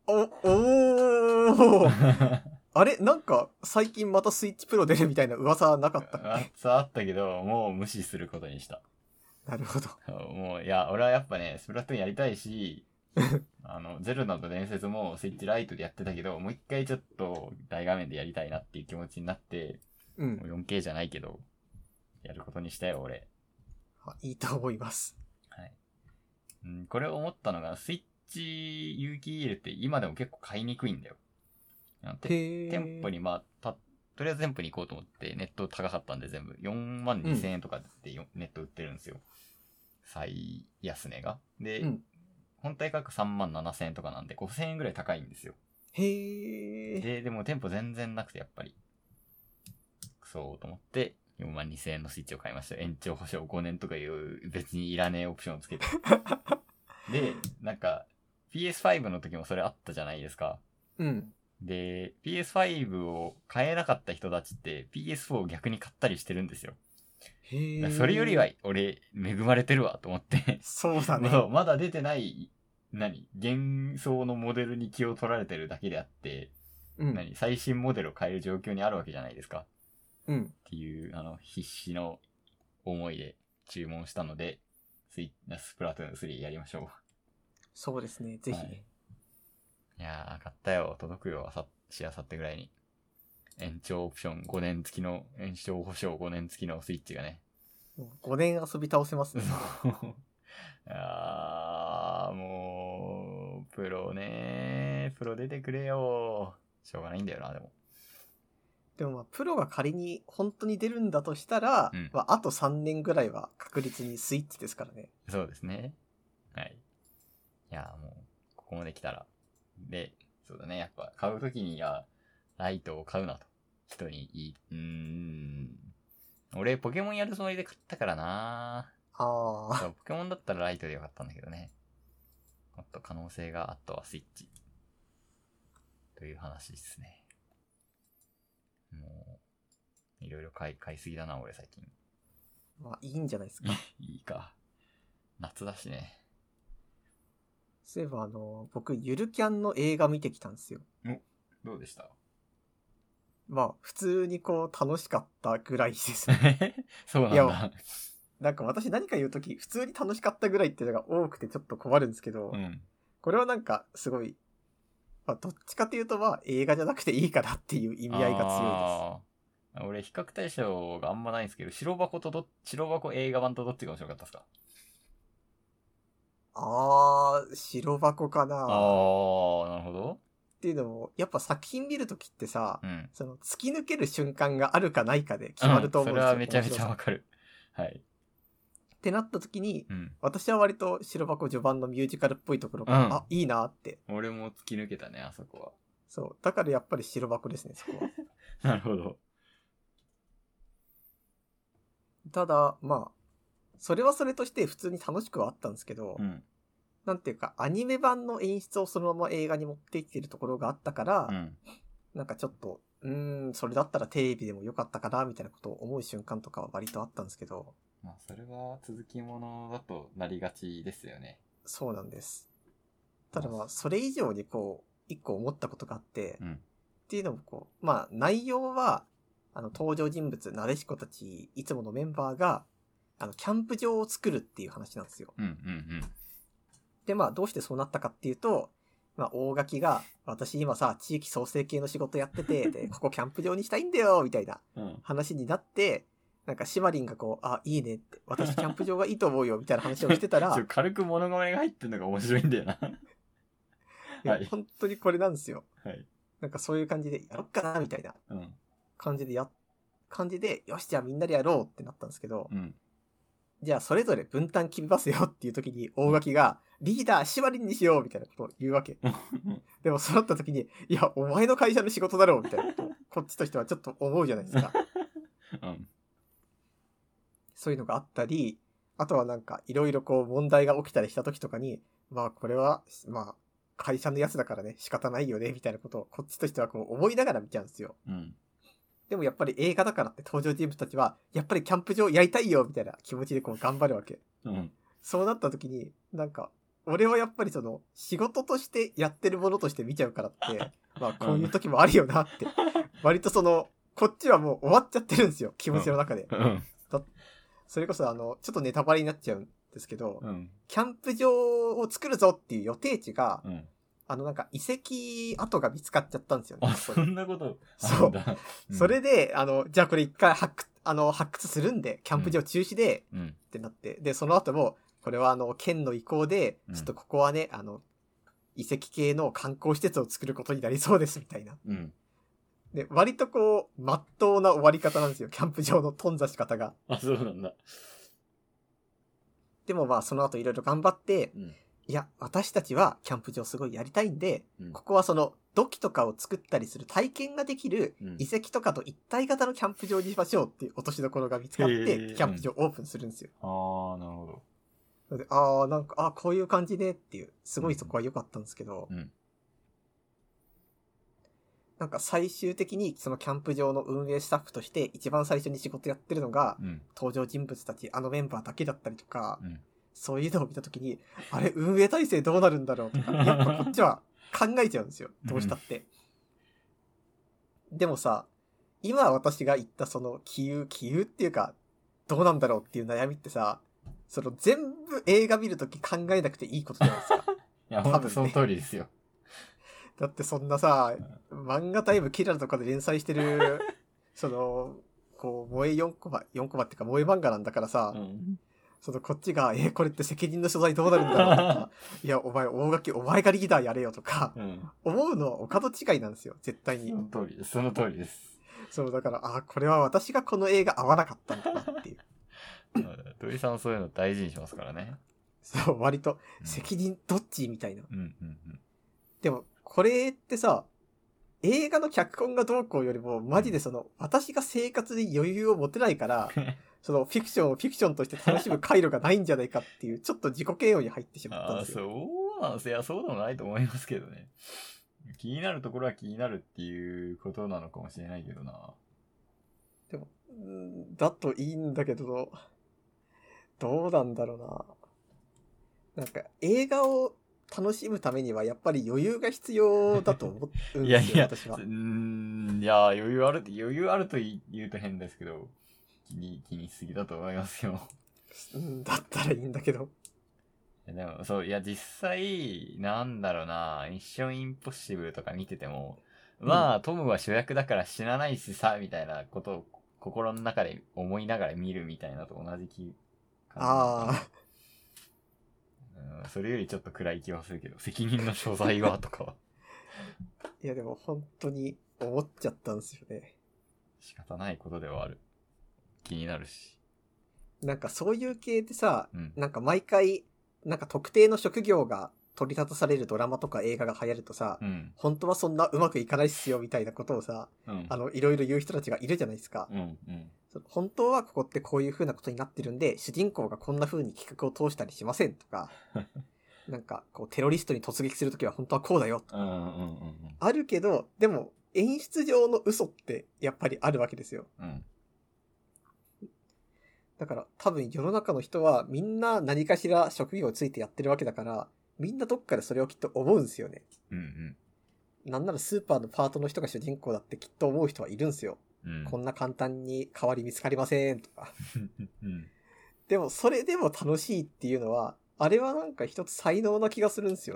S1: おーあれなんか、最近またスイッチプロ出るみたいな噂なかったっけ？
S2: あったけど、もう無視することにした。
S1: なるほど。
S2: もう、いや、俺はやっぱね、スプラトゥーンやりたいし、ゼルダと伝説もスイッチライトでやってたけど、もう一回ちょっと大画面でやりたいなっていう気持ちになって、
S1: うん。
S2: もう 4K じゃないけど、やることにしたよ、俺。
S1: いいと思います。
S2: はい。これを思ったのが、スイッチ有機 EL って今でも結構買いにくいんだよ。店舗にとりあえず店舗に行こうと思って、ネット高かったんで全部、42,000円とかでネット売ってるんですよ。最安値が。で、本体価格37,000円とかなんで5,000円ぐらい高いんですよ。でも店舗全然なくてやっぱり。そうと思って、42,000円のスイッチを買いました。延長保証5年とかいう別にいらねえオプションをつけて。で、なんか、PS5 の時もそれあったじゃないですか。
S1: うん。
S2: で、PS5 を買えなかった人たちって PS4 を逆に買ったりしてるんですよ。それよりは俺恵まれてるわと思って。
S1: そうだね。
S2: まだ出てない、幻想のモデルに気を取られてるだけであって、最新モデルを買える状況にあるわけじゃないですか。
S1: うん。
S2: っていう、必死の思いで注文したので、スプラトゥーン3やりましょう。
S1: そうですね、ぜひ。
S2: いやー、買ったよ。届くよ。あさってぐらいに。延長オプション5年付きの、延長保証5年付きのスイッチがね。
S1: もう5年遊び倒せますね。
S2: もう、プロ出てくれよ。しょうがないんだよな、でも。
S1: でもプロが仮に本当に出るんだとしたら、あと3年ぐらいは確実にスイッチですからね。
S2: そうですね。はい。いや、もう、ここまで来たら。で、そうだね。やっぱ、買うときには、ライトを買うなと。人に俺、ポケモンやるつもりで買ったからなポケモンだったらライトでよかったんだけどね。もっと可能性があったわ、スイッチ。という話ですね。もう、いろいろ買いすぎだな、俺最近。
S1: まあ、いいんじゃないですか。
S2: いいか。夏だしね。
S1: そういえば僕、ゆるキャンの映画見てきたんですよ。
S2: どうでした？
S1: まあ、普通に楽しかったぐらいですね。
S2: そうなんだ。いや、
S1: なんか私何か言うとき、普通に楽しかったぐらいっていうのが多くてちょっと困るんですけど、これはなんかすごい、まあ、どっちかというと映画じゃなくていいかなっていう意味合いが強いです。
S2: 俺、比較対象があんまないんですけど、白箱映画版とどっちが面白かったですか？
S1: 白箱かな。
S2: なるほど。
S1: っていうのも、やっぱ作品見るときってさ、その突き抜ける瞬間があるかないかで決まると思うんですよ。
S2: それはめちゃめちゃわかる。はい。
S1: ってなったときに、私は割と白箱序盤のミュージカルっぽいところが、いいなって。
S2: 俺も突き抜けたね、あそこは。
S1: そう。だからやっぱり白箱ですね、そこは。
S2: なるほど。
S1: ただ、まあ、それはそれとして普通に楽しくはあったんですけど、なんていうか、アニメ版の演出をそのまま映画に持ってきてるところがあったから、なんかちょっと、それだったらテレビでもよかったかな、みたいなことを思う瞬間とかは割とあったんですけど。
S2: まあ、それは続きものだとなりがちですよね。
S1: そうなんです。ただまあ、それ以上に一個思ったことがあって、っていうのもまあ、内容は、登場人物、なでしこたち、いつものメンバーが、キャンプ場を作るっていう話なんですよ。で、まあ、どうしてそうなったかっていうと、 まあ、大垣が、私今さ、地域創生系の仕事やってて、で、ここキャンプ場にしたいんだよみたいな
S2: うん。
S1: 話になって、なんかシマリンがこう、あ、いいねって、私キャンプ場がいいと思うよみたいな話をしてたら、
S2: 軽く物まねが入ってるのが面白いんだよな。
S1: いや
S2: はい
S1: 本当にこれなんですよ。
S2: はい。
S1: なんかそういう感じで、やろっかなみたいな
S2: うん。
S1: 感じでよし、じゃあみんなでやろうってなったんですけど、
S2: うん。
S1: じゃあそれぞれ分担決めますよっていう時に、大垣が、リーダー、シマリンにしようみたいなことを言うわけ。でもそうなった時に、いや、お前の会社の仕事だろうみたいなことを、こっちとしてはちょっと思うじゃないですか。
S2: うん。
S1: そういうのがあったり、あとはなんか、いろいろこう問題が起きたりした時とかに、まあこれは、まあ、会社のやつだからね、仕方ないよね、みたいなことを、こっちとしてはこう思いながら見ちゃうんですよ。
S2: うん。
S1: でもやっぱり映画だからって登場人物たちは、やっぱりキャンプ場やりたいよ、みたいな気持ちでこう頑張るわけ。
S2: うん。
S1: そうなった時に、なんか、俺はやっぱりその、仕事としてやってるものとして見ちゃうからって、まあこういう時もあるよなって、割とその、こっちはもう終わっちゃってるんですよ、気持ちの中で。
S2: うん。
S1: それこそちょっとネタバレになっちゃうんですけど、
S2: うん。
S1: キャンプ場を作るぞっていう予定地が、
S2: うん。
S1: なんか遺跡跡が見つかっちゃったんですよね。
S2: あ、そんなことあ
S1: そう
S2: るんだ。
S1: それで、じゃあこれ一回発掘するんで、キャンプ場中止で、
S2: うん。
S1: ってなって、で、その後も、これは県の意向で、
S2: うん
S1: ちょっとここはね、遺跡系の観光施設を作ることになりそうですみたいな。
S2: うん。
S1: で、割とこう、真っ当な終わり方なんですよ、キャンプ場の頓挫し方が。
S2: あ、そうなんだ。
S1: でもまあ、その後いろいろ頑張って、
S2: うん。
S1: いや、私たちはキャンプ場すごいやりたいんで、
S2: うん。
S1: ここはその土器とかを作ったりする体験ができる
S2: うん
S1: 遺跡とかと一体型のキャンプ場にしましょうっていう落としどころが見つかって、
S2: へー
S1: キャンプ場オープンするんですよ。
S2: ああ、なるほど。
S1: なのでなんか、こういう感じねっていう、すごいそこは良かったんですけど、
S2: うん。
S1: なんか最終的にそのキャンプ場の運営スタッフとして一番最初に仕事やってるのが、
S2: うん。
S1: 登場人物たち、メンバーだけだったりとか、
S2: うん。
S1: そういうのを見たときに、あれ、運営体制どうなるんだろうとか、やっぱこっちは考えちゃうんですよ。どうしたって。でもさ、今私が言ったその気憂っていうか、どうなんだろうっていう悩みってさ、その全部映画見るとき考えなくていいことじゃないですか。
S2: いや、ほんとその通りですよ。
S1: だってそんなさ、漫画タイムキララとかで連載してる、こう、萌え4コマっていうか萌え漫画なんだからさ、
S2: うん。
S1: こっちが、これって責任の所在どうなるんだろうとか、いや、大垣、お前がリーダーやれよとか、
S2: うん。
S1: 思うのはお門違いなんですよ、絶対に
S2: そ。の通りです。その通りです。
S1: そう、だから、これは私がこの映画合わなかったんだなっていう。
S2: 鳥さんはそういうの大事にしますからね。
S1: そう、割と、
S2: うん
S1: 責任どっちみたいな。
S2: うんうんうん。
S1: でも、これってさ、映画の脚本がどうこうよりも、マジで私が生活に余裕を持てないから、フィクションをフィクションとして楽しむ回路がないんじゃないかっていう、ちょっと自己嫌悪に入ってしまったん
S2: ああ、
S1: ですよ。
S2: そうなんですよ。いや、そうでもないと思いますけどね。気になるところは気になるっていうことなのかもしれないけどな。
S1: でも、だといいんだけど、どうなんだろうな。なんか、映画を楽しむためには、やっぱり余裕が必要だと思うん
S2: い
S1: ですよ、
S2: やいや、
S1: 私は。
S2: いや、余裕あると言うと変ですけど、気にしすぎだと思いますよ。
S1: だったらいいんだけど。
S2: でも、そう、いや、実際、なんだろうな、ミッションインポッシブルとか見てても、まあ、トムは主役だから死なないしさ、みたいなことを心の中で思いながら見るみたいなと同じ感じ。それよりちょっと暗い気はするけど、責任の所在はとかは。
S1: いや、でも本当に思っちゃったんですよね。
S2: 仕方ないことではある。気になるし。
S1: なんかそういう系ってさ、
S2: うん。
S1: なんか毎回、なんか特定の職業が取り立たされるドラマとか映画が流行るとさ、
S2: うん。
S1: 本当はそんなうまくいかないっすよみたいなことをさ、
S2: うん。
S1: いろいろ言う人たちがいるじゃないですか。
S2: うん。うん。
S1: 本当はここってこういう風なことになってるんで、主人公がこんな風に企画を通したりしませんとか、なんかこうテロリストに突撃するときは本当はこうだよとか、
S2: うん。うん。うん。
S1: あるけど、でも演出上の嘘ってやっぱりあるわけですよ。
S2: うん。
S1: だから多分世の中の人はみんな何かしら職業をついてやってるわけだから、みんなどっかでそれをきっと思うんですよね。
S2: うん。
S1: なんならスーパーのパートの人が主人公だってきっと思う人はいるんですよ。
S2: うん。
S1: こんな簡単に代わり見つかりませんとか。
S2: うん。
S1: でもそれでも楽しいっていうのは、あれはなんか一つ才能な気がするんですよね。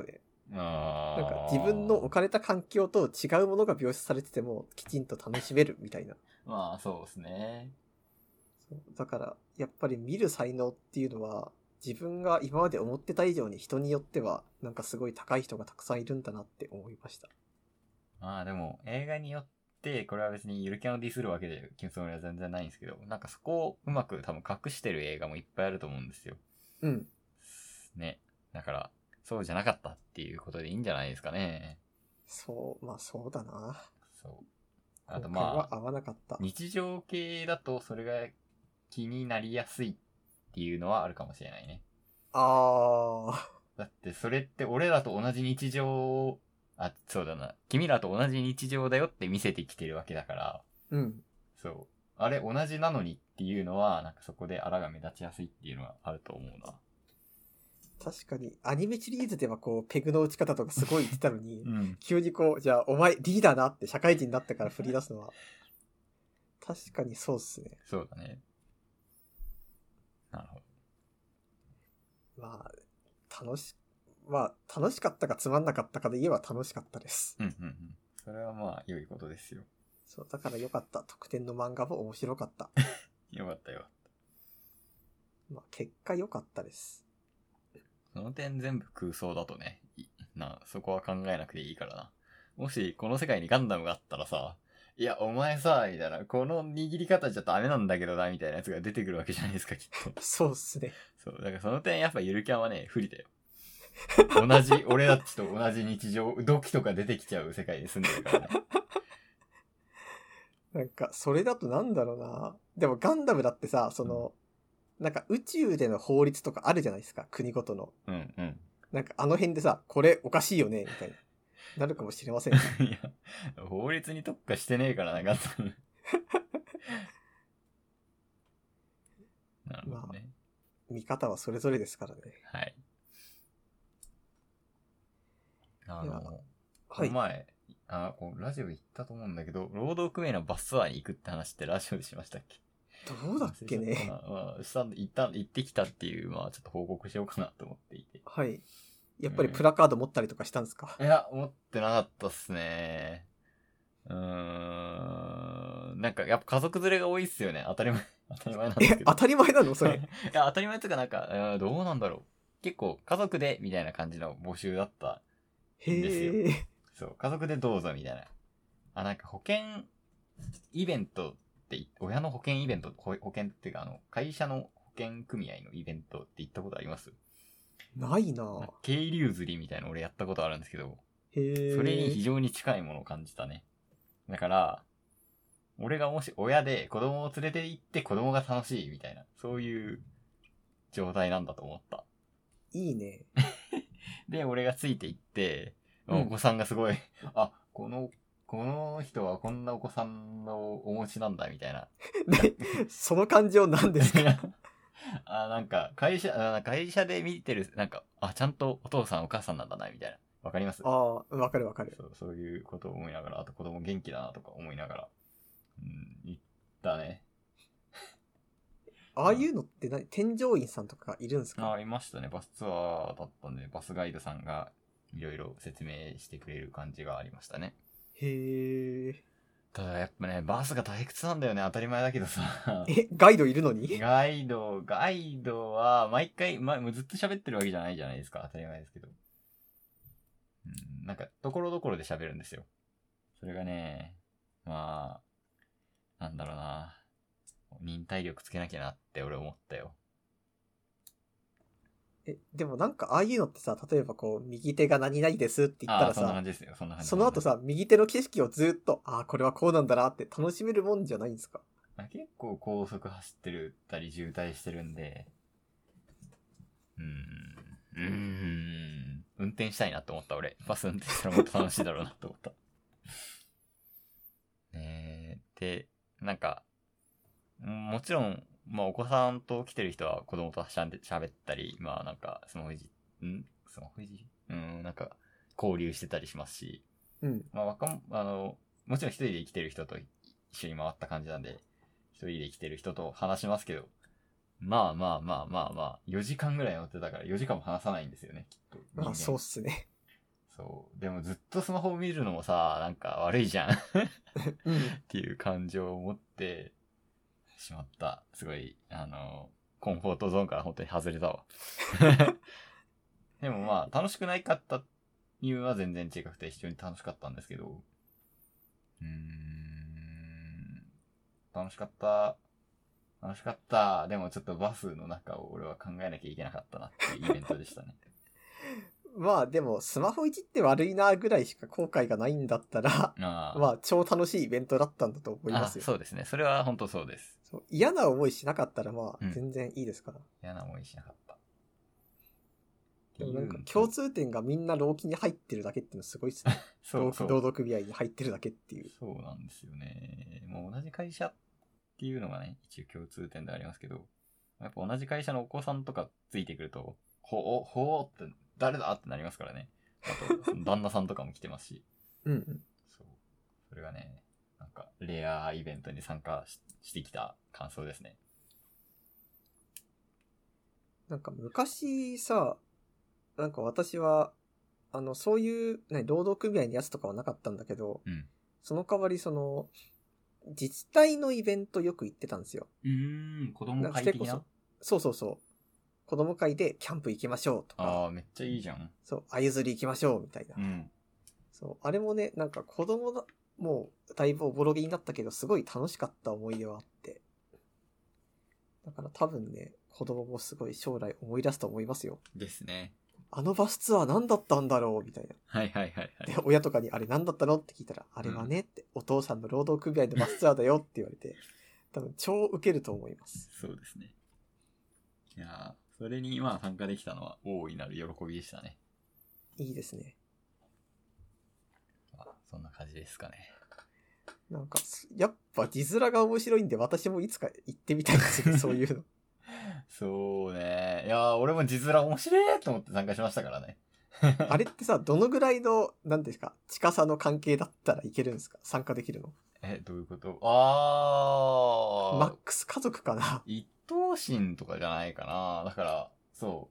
S1: なんか自分の置かれた環境と違うものが描写されててもきちんと楽しめるみたいな。
S2: まあそうですね。
S1: だからやっぱり見る才能っていうのは自分が今まで思ってた以上に人によってはなんかすごい高い人がたくさんいるんだなって思いました。
S2: まあでも映画によってこれは別にゆるキャンをディスるわけでつもりは全然ないんですけど、なんかそこをうまく多分隠してる映画もいっぱいあると思うんですよ。
S1: うん。
S2: ね。だからそうじゃなかったっていうことでいいんじゃないですかね。
S1: そう、まあそうだな。
S2: そう。あと
S1: 今回は
S2: まあ、
S1: 合わなかった。
S2: 日常系だとそれが気になりやすいっていうのはあるかもしれないね。だってそれって俺らと同じ日常、あ、そうだな。君らと同じ日常だよって見せてきてるわけだから。
S1: うん。
S2: そう。あれ同じなのにっていうのは、なんかそこであらが目立ちやすいっていうのはあると思うな。
S1: 確かに、アニメシリーズではこう、ペグの打ち方とかすごい言ってたのに、
S2: うん。
S1: 急にこう、じゃあお前リーダーなって社会人になってから振り出すのは、確かにそうっすね。
S2: そうだね。なるほど。
S1: まあ、楽しかったかつまんなかったかで言えば楽しかったです。
S2: うんうんうん。それはまあ良いことですよ。
S1: そう、だからよかった。特典の漫画も面白かった。
S2: よかったよ。
S1: まあ、結果良かったです。
S2: その点全部空想だとね、そこは考えなくていいからな。もしこの世界にガンダムがあったらさ、いや、お前さ、みたいな、この握り方じゃダメなんだけどな、みたいなやつが出てくるわけじゃないですか、きっと。
S1: そうっすね。
S2: そう、だからその点やっぱゆるキャンはね、不利だよ。俺たちと同じ日常、土器とか出てきちゃう世界に住んでるからね。
S1: なんか、それだとなんだろうな。でもガンダムだってさ、なんか宇宙での法律とかあるじゃないですか、国ごとの。
S2: うんうん。
S1: なんかあの辺でさ、これおかしいよね、みたいな。なるかもしれませんね。
S2: いや、法律に特化してねえからな、ガンダム。なるほどね。
S1: 見方はそれぞれですからね。
S2: はい。
S1: はい
S2: この前、こうラジオ行ったと思うんだけど、労働組合のバスツアーに行くって話ってラジオでしましたっけ？
S1: どうだっけね。
S2: まあ、行ってきたっていう、まあちょっと報告しようかなと思っていて。
S1: はい。やっぱりプラカード持ったりとかしたんですか？
S2: いや、持ってなかったっすね。なんかやっぱ家族連れが多いっすよね。当たり前なんですけど。
S1: 当たり前なのそれ。
S2: いや、当たり前とかなんか、どうなんだろう。結構家族でみたいな感じの募集だったんですよ。
S1: へえ。
S2: そう、家族でどうぞみたいな。なんか保険イベントって、親の保険イベント、保険っていうか会社の保険組合のイベントって行ったことあります？
S1: ないな。
S2: 渓流釣りみたいなの俺やったことあるんですけど、
S1: へえ。
S2: それに非常に近いものを感じたね。だから、俺がもし親で子供を連れて行って子供が楽しいみたいな、そういう状態なんだと思った。
S1: いいね。
S2: で、俺がついて行って、
S1: うん、
S2: お子さんがすごい、あ、この人はこんなお子さんのお持ちなんだみたいな。
S1: で、その感情なんですか？
S2: なんか会社で見てる、なんか、ちゃんとお父さんお母さんなんだな、みたいな。わかります？
S1: わかるわかる。
S2: そういうことを思いながら、あと子供元気だなとか思いながら、行ったね。
S1: ああいうのって添乗員さんとかいるんですか？
S2: いましたね。バスツアーだったんで、バスガイドさんがいろいろ説明してくれる感じがありましたね。
S1: へえ。
S2: ただやっぱね、バスが退屈なんだよね。当たり前だけどさ。
S1: ガイドいるのに？
S2: ガイドは毎回、ずっと喋ってるわけじゃないじゃないですか。当たり前ですけど。なんか、ところどころで喋るんですよ。それがね、まあ、なんだろうな。忍耐力つけなきゃなって俺思ったよ。
S1: でもなんかああいうのってさ、例えばこう、右手が何々ですって言ったら
S2: そんな
S1: さ、
S2: 感じですよ。そんな感じ。
S1: その後さ、右手の景色をずっと、これはこうなんだなって楽しめるもんじゃないんですか？
S2: 結構高速走ってるたり渋滞してるんで、運転したいなと思った俺。バス運転したらもっと楽しいだろうなと思った。で、なんか、もちろん、まあお子さんと来てる人は子供と喋ったり、まあなんかスマホいじなんか交流してたりしますし、まあもちろん一人で生きてる人と一緒に回った感じなんで、一人で生きてる人と話しますけど、まあ、4時間ぐらい乗ってたから4時間も話さないんですよね、きっと。
S1: そうっすね。
S2: そう。でもずっとスマホを見るのもさ、なんか悪いじゃんっ
S1: うん。
S2: ていう感情を持ってしまった。すごい、コンフォートゾーンから本当に外れたわ。でもまあ、楽しくないかった理由は全然違くて非常に楽しかったんですけど、楽しかった。楽しかった。でもちょっとバスの中を俺は考えなきゃいけなかったなっていうイベントでしたね。
S1: まあでも、スマホいじって悪いなぐらいしか後悔がないんだったら、
S2: あ
S1: まあ超楽しいイベントだったんだと思い
S2: あ、
S1: ますよ。
S2: そうですね。それは本当そうです。
S1: そう嫌な思いしなかったらまあ
S2: うん
S1: 全然いいですから。
S2: 嫌な思いしなかった。
S1: でもなんか共通点がみんな労基に入ってるだけっていうのすごいっすね。
S2: そうそう。
S1: 労働組合に入ってるだけっていう。
S2: そうなんですよね。もう同じ会社っていうのがね、一応共通点でありますけど、やっぱ同じ会社のお子さんとかついてくると、ほーって誰だってなりますからね。あと、その旦那さんとかも来てますし。
S1: うんうん。
S2: そう。それがね、なんか、レアイベントに参加してきた感想ですね。
S1: なんか昔さ、なんか私は、そういう、労働組合のやつとかはなかったんだけど、
S2: うん。
S1: その代わり自治体のイベントよく行ってたんですよ。
S2: 子供会的な。
S1: そうそうそう。子供会でキャンプ行きましょうとか。
S2: ああ、めっちゃいいじゃん。
S1: そう、あゆ釣り行きましょうみたいな。
S2: うん。
S1: そう、あれもね、なんか子供だ、もうだいぶおぼろげになったけど、すごい楽しかった思い出はあって。だから多分ね、子供もすごい将来思い出すと思いますよ。
S2: ですね。
S1: あのバスツアー何だったんだろうみたいな。
S2: はいはいはいはい。
S1: で、親とかにあれ何だったのって聞いたら、あれはねって、お父さんの労働組合のバスツアーだよって言われて、多分超ウケると思います。
S2: そうですね。いやー、それにまあ参加できたのは大いなる喜びでしたね。
S1: いいですね。
S2: まあ、そんな感じですかね。
S1: なんか、やっぱ字面が面白いんで、私もいつか行ってみたいんですよ、そういうの。
S2: そうね。いやー、俺も字面面白いと思って参加しましたからね。
S1: あれってさ、どのぐらいの、なんですか、近さの関係だったらいけるんですか？参加できるの？
S2: どういうこと？
S1: マックス家族かな？
S2: 一等身とかじゃないかな。だから、そう。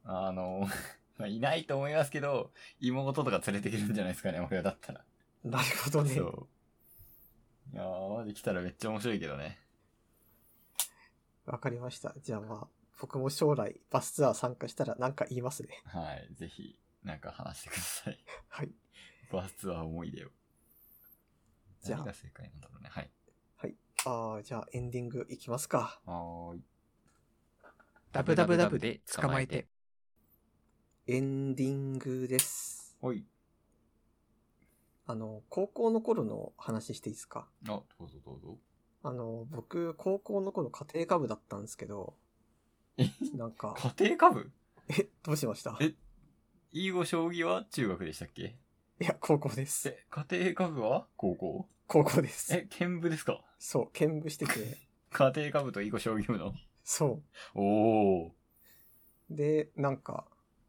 S2: まあいないと思いますけど、妹とか連れてくるんじゃないですかね、俺だったら。
S1: なるほどね。
S2: そう。いやー、マジ来たらめっちゃ面白いけどね。
S1: わかりました。じゃあまあ、僕も将来バスツアー参加したらなんか言いますね。
S2: はい。ぜひ、なんか話してください。
S1: はい。
S2: バスツアー思い出を。
S1: じゃあ
S2: 何が正解なんだろうね。はい。
S1: はい。じゃあエンディングいきますか。
S2: はーい。
S3: ダブダブダブで捕まえて。
S1: エンディングです。
S2: はい。
S1: 高校の頃の話していいですか？
S2: あ、どうぞどうぞ。
S1: 僕、高校の頃家庭科部だったんですけど、
S2: え
S1: なんか、
S2: 家庭科部？
S1: どうしました？
S2: 囲碁将棋は中学でしたっけ？
S1: いや、高校です。
S2: 家庭科部は高校？
S1: 高校です。
S2: 兼部ですか？
S1: そう、兼部してて、
S2: 家庭科部と囲碁将棋部の。
S1: そ
S2: おー。
S1: う。で、なんか、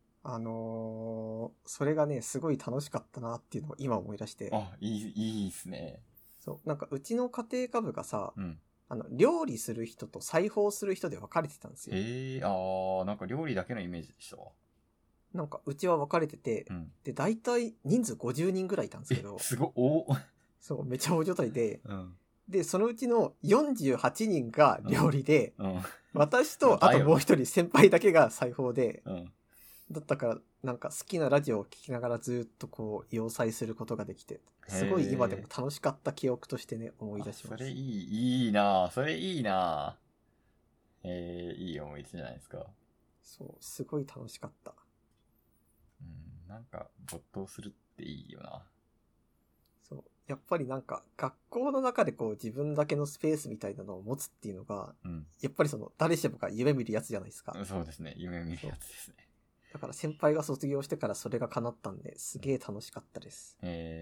S1: それがね、すごい楽しかったなっていうのを今思い出して、
S2: いいっすね。
S1: そう、なんかうちの家庭科部がさ、
S2: うん。
S1: 料理する人と裁縫する人で分かれてたんですよ。
S2: なんか料理だけのイメージでしたわ。
S1: なんかうちは分かれてて、
S2: うん。
S1: で、大体人数50人ぐらいいたんですけど、
S2: すご、
S1: そう、めちゃ大所帯で、
S2: うん。
S1: で、そのうちの48人が料理で、
S2: うん。
S1: 私と、
S2: だよ
S1: あともう一人先輩だけが裁縫で、
S2: うん。
S1: だったから、なんか好きなラジオを聴きながらずっとこう、要塞することができて、すごい今でも楽しかった記憶としてね、思い出します。
S2: それいいなぁ。それいいなぁ。いい思い出じゃないですか。
S1: そう、すごい楽しかった。
S2: なんか、没頭するっていいよな。
S1: そう。やっぱりなんか、学校の中でこう、自分だけのスペースみたいなのを持つっていうのが、やっぱり誰しもが夢見るやつじゃないですか。
S2: そうですね。夢見るやつですね。
S1: だから先輩が卒業してからそれが叶ったんで、すげえ楽しかったです。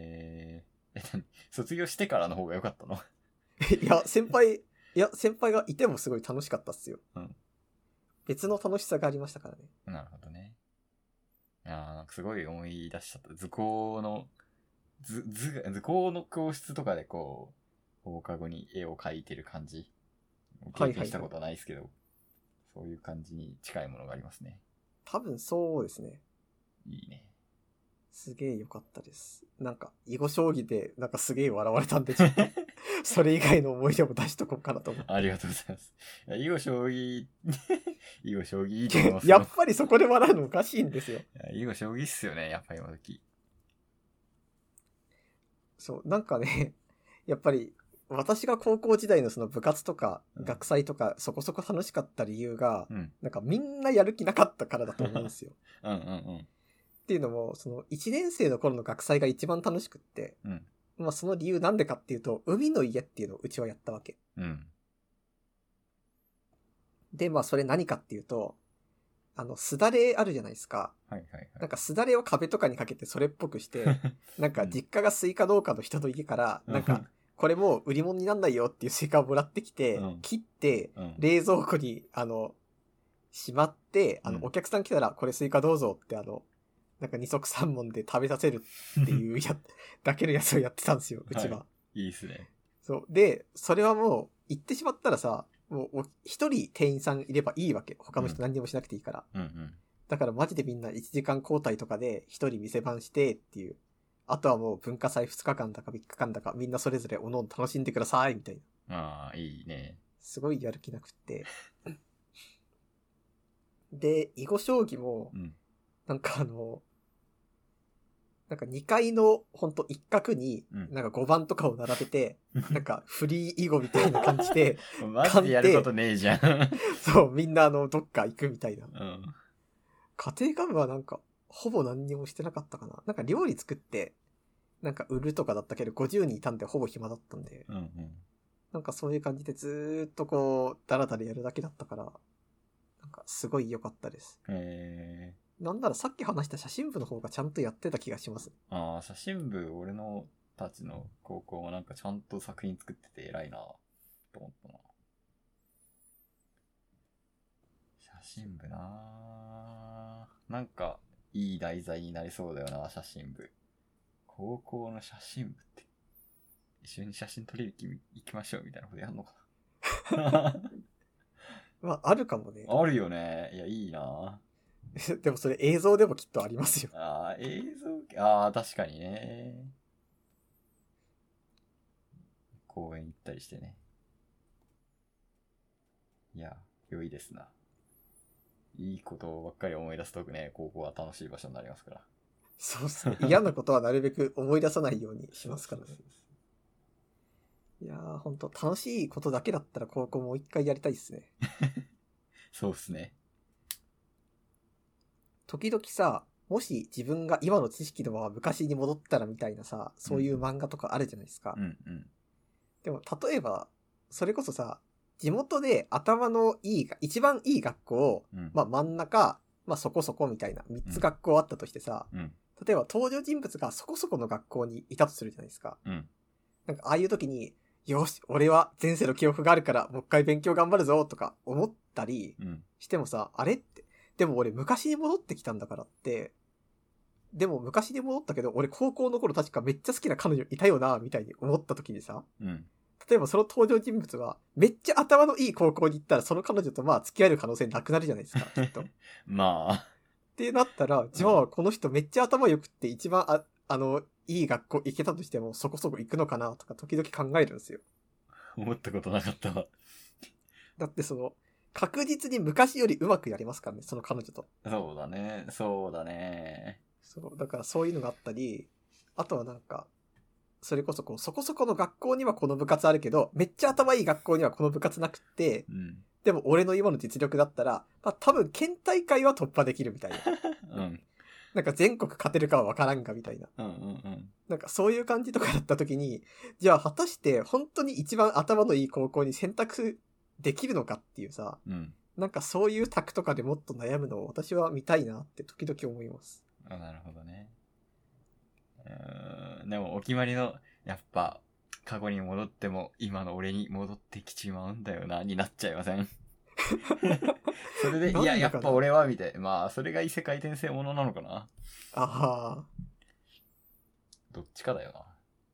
S2: 卒業してからの方が良かったの？
S1: いや、先輩がいてもすごい楽しかったっすよ。
S2: うん。
S1: 別の楽しさがありましたからね。
S2: なるほどね。なんかすごい思い出しちゃった。図工の教室とかでこう、放課後に絵を描いてる感じ。経験したことはないですけど、そういう感じに近いものがありますね。
S1: 多分そうですね。
S2: いいね。
S1: すげえ良かったです。なんか、囲碁将棋で、なんかすげえ笑われたんで、ちょっと、それ以外の思い出も出しとこうかなと思って。
S2: ありがとうございます。いや囲碁将棋、囲碁将棋いいと思いますよ。
S1: やっぱりそこで笑うのおかしいんですよ。
S2: いや囲碁将棋っすよね、やっぱり今時。
S1: そう、なんかね、やっぱり、私が高校時代のその部活とか
S2: うん
S1: 学祭とかそこそこ楽しかった理由が、
S2: うん。
S1: なんかみんなやる気なかったからだと思うんですよ。
S2: うんうん
S1: っていうのも、その1年生の頃の学祭が一番楽しくって、
S2: うん。うん。
S1: まあその理由なんでかっていうと、海の家っていうのをうちはやったわけ。
S2: うん。
S1: で、まあそれ何かっていうと、すだれあるじゃないですか。
S2: はいはいはい。
S1: なんかすだれを壁とかにかけてそれっぽくして、なんか実家がスイカ農家の人の家から、なんか、これもう売り物になんないよっていうスイカをもらってきて、
S2: うん
S1: 切って、
S2: うん、
S1: 冷蔵庫に、しまって、
S2: うん
S1: お客さん来たら、これスイカどうぞって、なんか二足三門で食べさせるっていうだけのやつをやってたんですよ、うちは。
S2: いいっすね。
S1: そう。で、それはもう、行ってしまったらさ、もう、一人店員さんいればいいわけ。他の人何にもしなくていいから。
S2: うんうん。
S1: だからマジでみんな1時間交代とかで一人店番してっていう。あとはもう文化祭2日間だか3日間だかみんなそれぞれおのおの楽しんでくださいみたいな。
S2: ああ、いいね。
S1: すごいやる気なくって。で、囲碁将棋も
S2: う、ん。
S1: なんかなんか2階のほんと一角に、
S2: うん
S1: なんか5番とかを並べて、なんかフリー囲碁みたいな感じで、
S2: マジでやることねえじゃん。
S1: そう、みんなどっか行くみたいな。
S2: うん。
S1: 家庭科部はなんか、ほぼ何にもしてなかったかな。なんか料理作って、なんか売るとかだったけど、50人いたんでほぼ暇だったんで、
S2: うんうん。
S1: なんかそういう感じでずーっとこう、ダラダラやるだけだったから、なんかすごい良かったです。なんならさっき話した写真部の方がちゃんとやってた気がします。
S2: ああ、写真部、俺のたちの高校はなんかちゃんと作品作ってて偉いなと思ったな。写真部なぁ。なんか、いい題材になりそうだよな、写真部。高校の写真部って、一緒に写真撮りに行きましょうみたいなことやんのかな。
S1: まあ、あるかもね。
S2: あるよね。いや、いいな
S1: でもそれ映像でもきっとありますよ。
S2: ああ、映像、ああ、確かにね。公園行ったりしてね。いや、良いですな。いいことばっかり思い出すとね、高校は楽しい場所になりますから。
S1: そうっすね。嫌なことはなるべく思い出さないようにしますからね。いやー、ほんと楽しいことだけだったら高校もう一回やりたいっすね。
S2: そうっすね。
S1: 時々さ、もし自分が今の知識のまま昔に戻ったらみたいなさ、そういう漫画とかあるじゃないですか。
S2: うんうん。
S1: でも例えば、それこそさ、地元で頭のいいが、一番いい学校、
S2: うん。
S1: まあ真ん中、まあそこそこみたいな3つ学校あったとしてさ、
S2: うん。
S1: 例えば登場人物がそこそこの学校にいたとするじゃないですか。
S2: うん。
S1: なんかああいう時に、よし、俺は前世の記憶があるからもう一回勉強頑張るぞとか思ったり
S2: うん。
S1: してもさ、あれって、でも俺昔に戻ってきたんだからって、でも昔に戻ったけど俺高校の頃確かめっちゃ好きな彼女いたよな、みたいに思った時にさ、
S2: うん。
S1: 例えばその登場人物はめっちゃ頭のいい高校に行ったらその彼女とまあ付き合える可能性なくなるじゃないですか、きっと。っ
S2: まあ。
S1: てなったら、じゃあこの人めっちゃ頭良くって一番いい学校行けたとしてもそこそこ行くのかなとか時々考えるんですよ。
S2: 思ったことなかったわ。
S1: だって確実に昔より上手くやりますからね、その彼女と。
S2: そうだね。そうだね。
S1: そう、だからそういうのがあったり、あとはなんか、それこそそこそこの学校にはこの部活あるけど、めっちゃ頭いい学校にはこの部活なくって、
S2: うん。
S1: でも俺の今の実力だったら、まあ多分県大会は突破できるみたいな。
S2: うん。
S1: なんか全国勝てるかはわからんかみたいな。
S2: うんうんうん。
S1: なんかそういう感じとかだった時に、じゃあ果たして本当に一番頭のいい高校に選択できるのかっていうさ、
S2: うん。
S1: なんかそういう卓とかでもっと悩むのを私は見たいなって時々思います。
S2: あ、なるほどね。でもお決まりの、やっぱ、過去に戻っても今の俺に戻ってきちまうんだよな、になっちゃいません？それで、いや、やっぱ俺は、みたいな。まあ、それが異世界転生ものなのかな。
S1: ああ。
S2: どっちかだよな。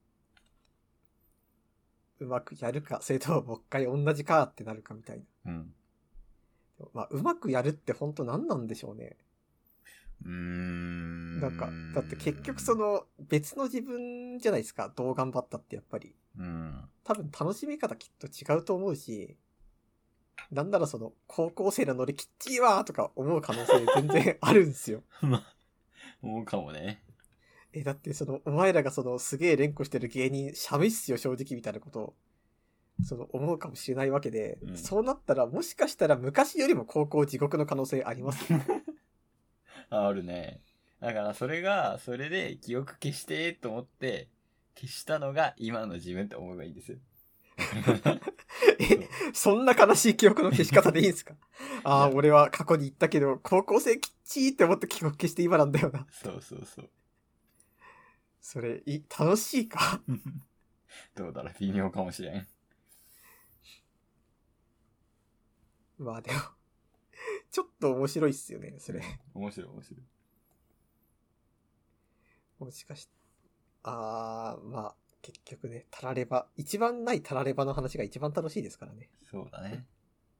S1: うまくやるか、それとももう一回同じかってなるかみたいな。
S2: うん。
S1: まあ、うまくやるって本当何なんでしょうね。 なんか、だって結局その別の自分じゃないですか、どう頑張ったってやっぱり。多分楽しみ方きっと違うと思うし、なんならその高校生のノリきっちいわーとか思う可能性全然あるんですよ。
S2: まあ、思うかもね。
S1: だってそのお前らがそのすげえ連呼してる芸人寒いっすよ正直みたいなことをその思うかもしれないわけで、そうなったらもしかしたら昔よりも高校地獄の可能性ありますよ。
S2: あるね。だからそれで記憶消してと思って消したのが今の自分って思えばいいんですよ。
S1: そんな悲しい記憶の消し方でいいんですか？ああ、俺は過去に行ったけど高校生きっちーって思って記憶消して今なんだよな。
S2: そうそうそう。
S1: それ楽しいか？
S2: どうだろう、微妙かもしれん。
S1: まあでもちょっと面白いっすよねそれ。
S2: 面白い。
S1: もしかしてまあ結局ね、タラレバ一番ないタラレバの話が一番楽しいですからね。
S2: そうだね。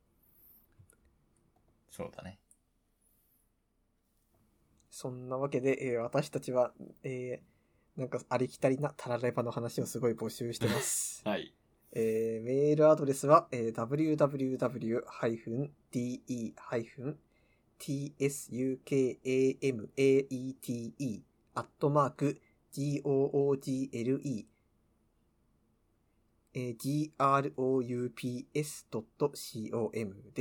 S1: そんなわけで、私たちは、なんかありきたりなタラレバの話をすごい募集してます。
S2: はい。
S1: メールアドレスは、www-tsukamate@groups.com です。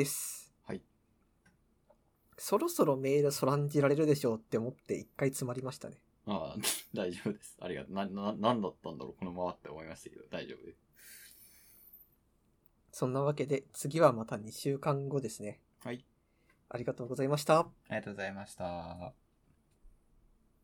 S2: はい。
S1: そろそろメールそらんじられるでしょうって思って一回詰まりましたね。
S2: ああ、大丈夫です。ありがとう。なんだったんだろう、このままって思いましたけど、大丈夫です。
S1: そんなわけで、次はまた2週間後ですね。
S2: はい。
S1: ありがとうございました。
S2: ありがとうございました。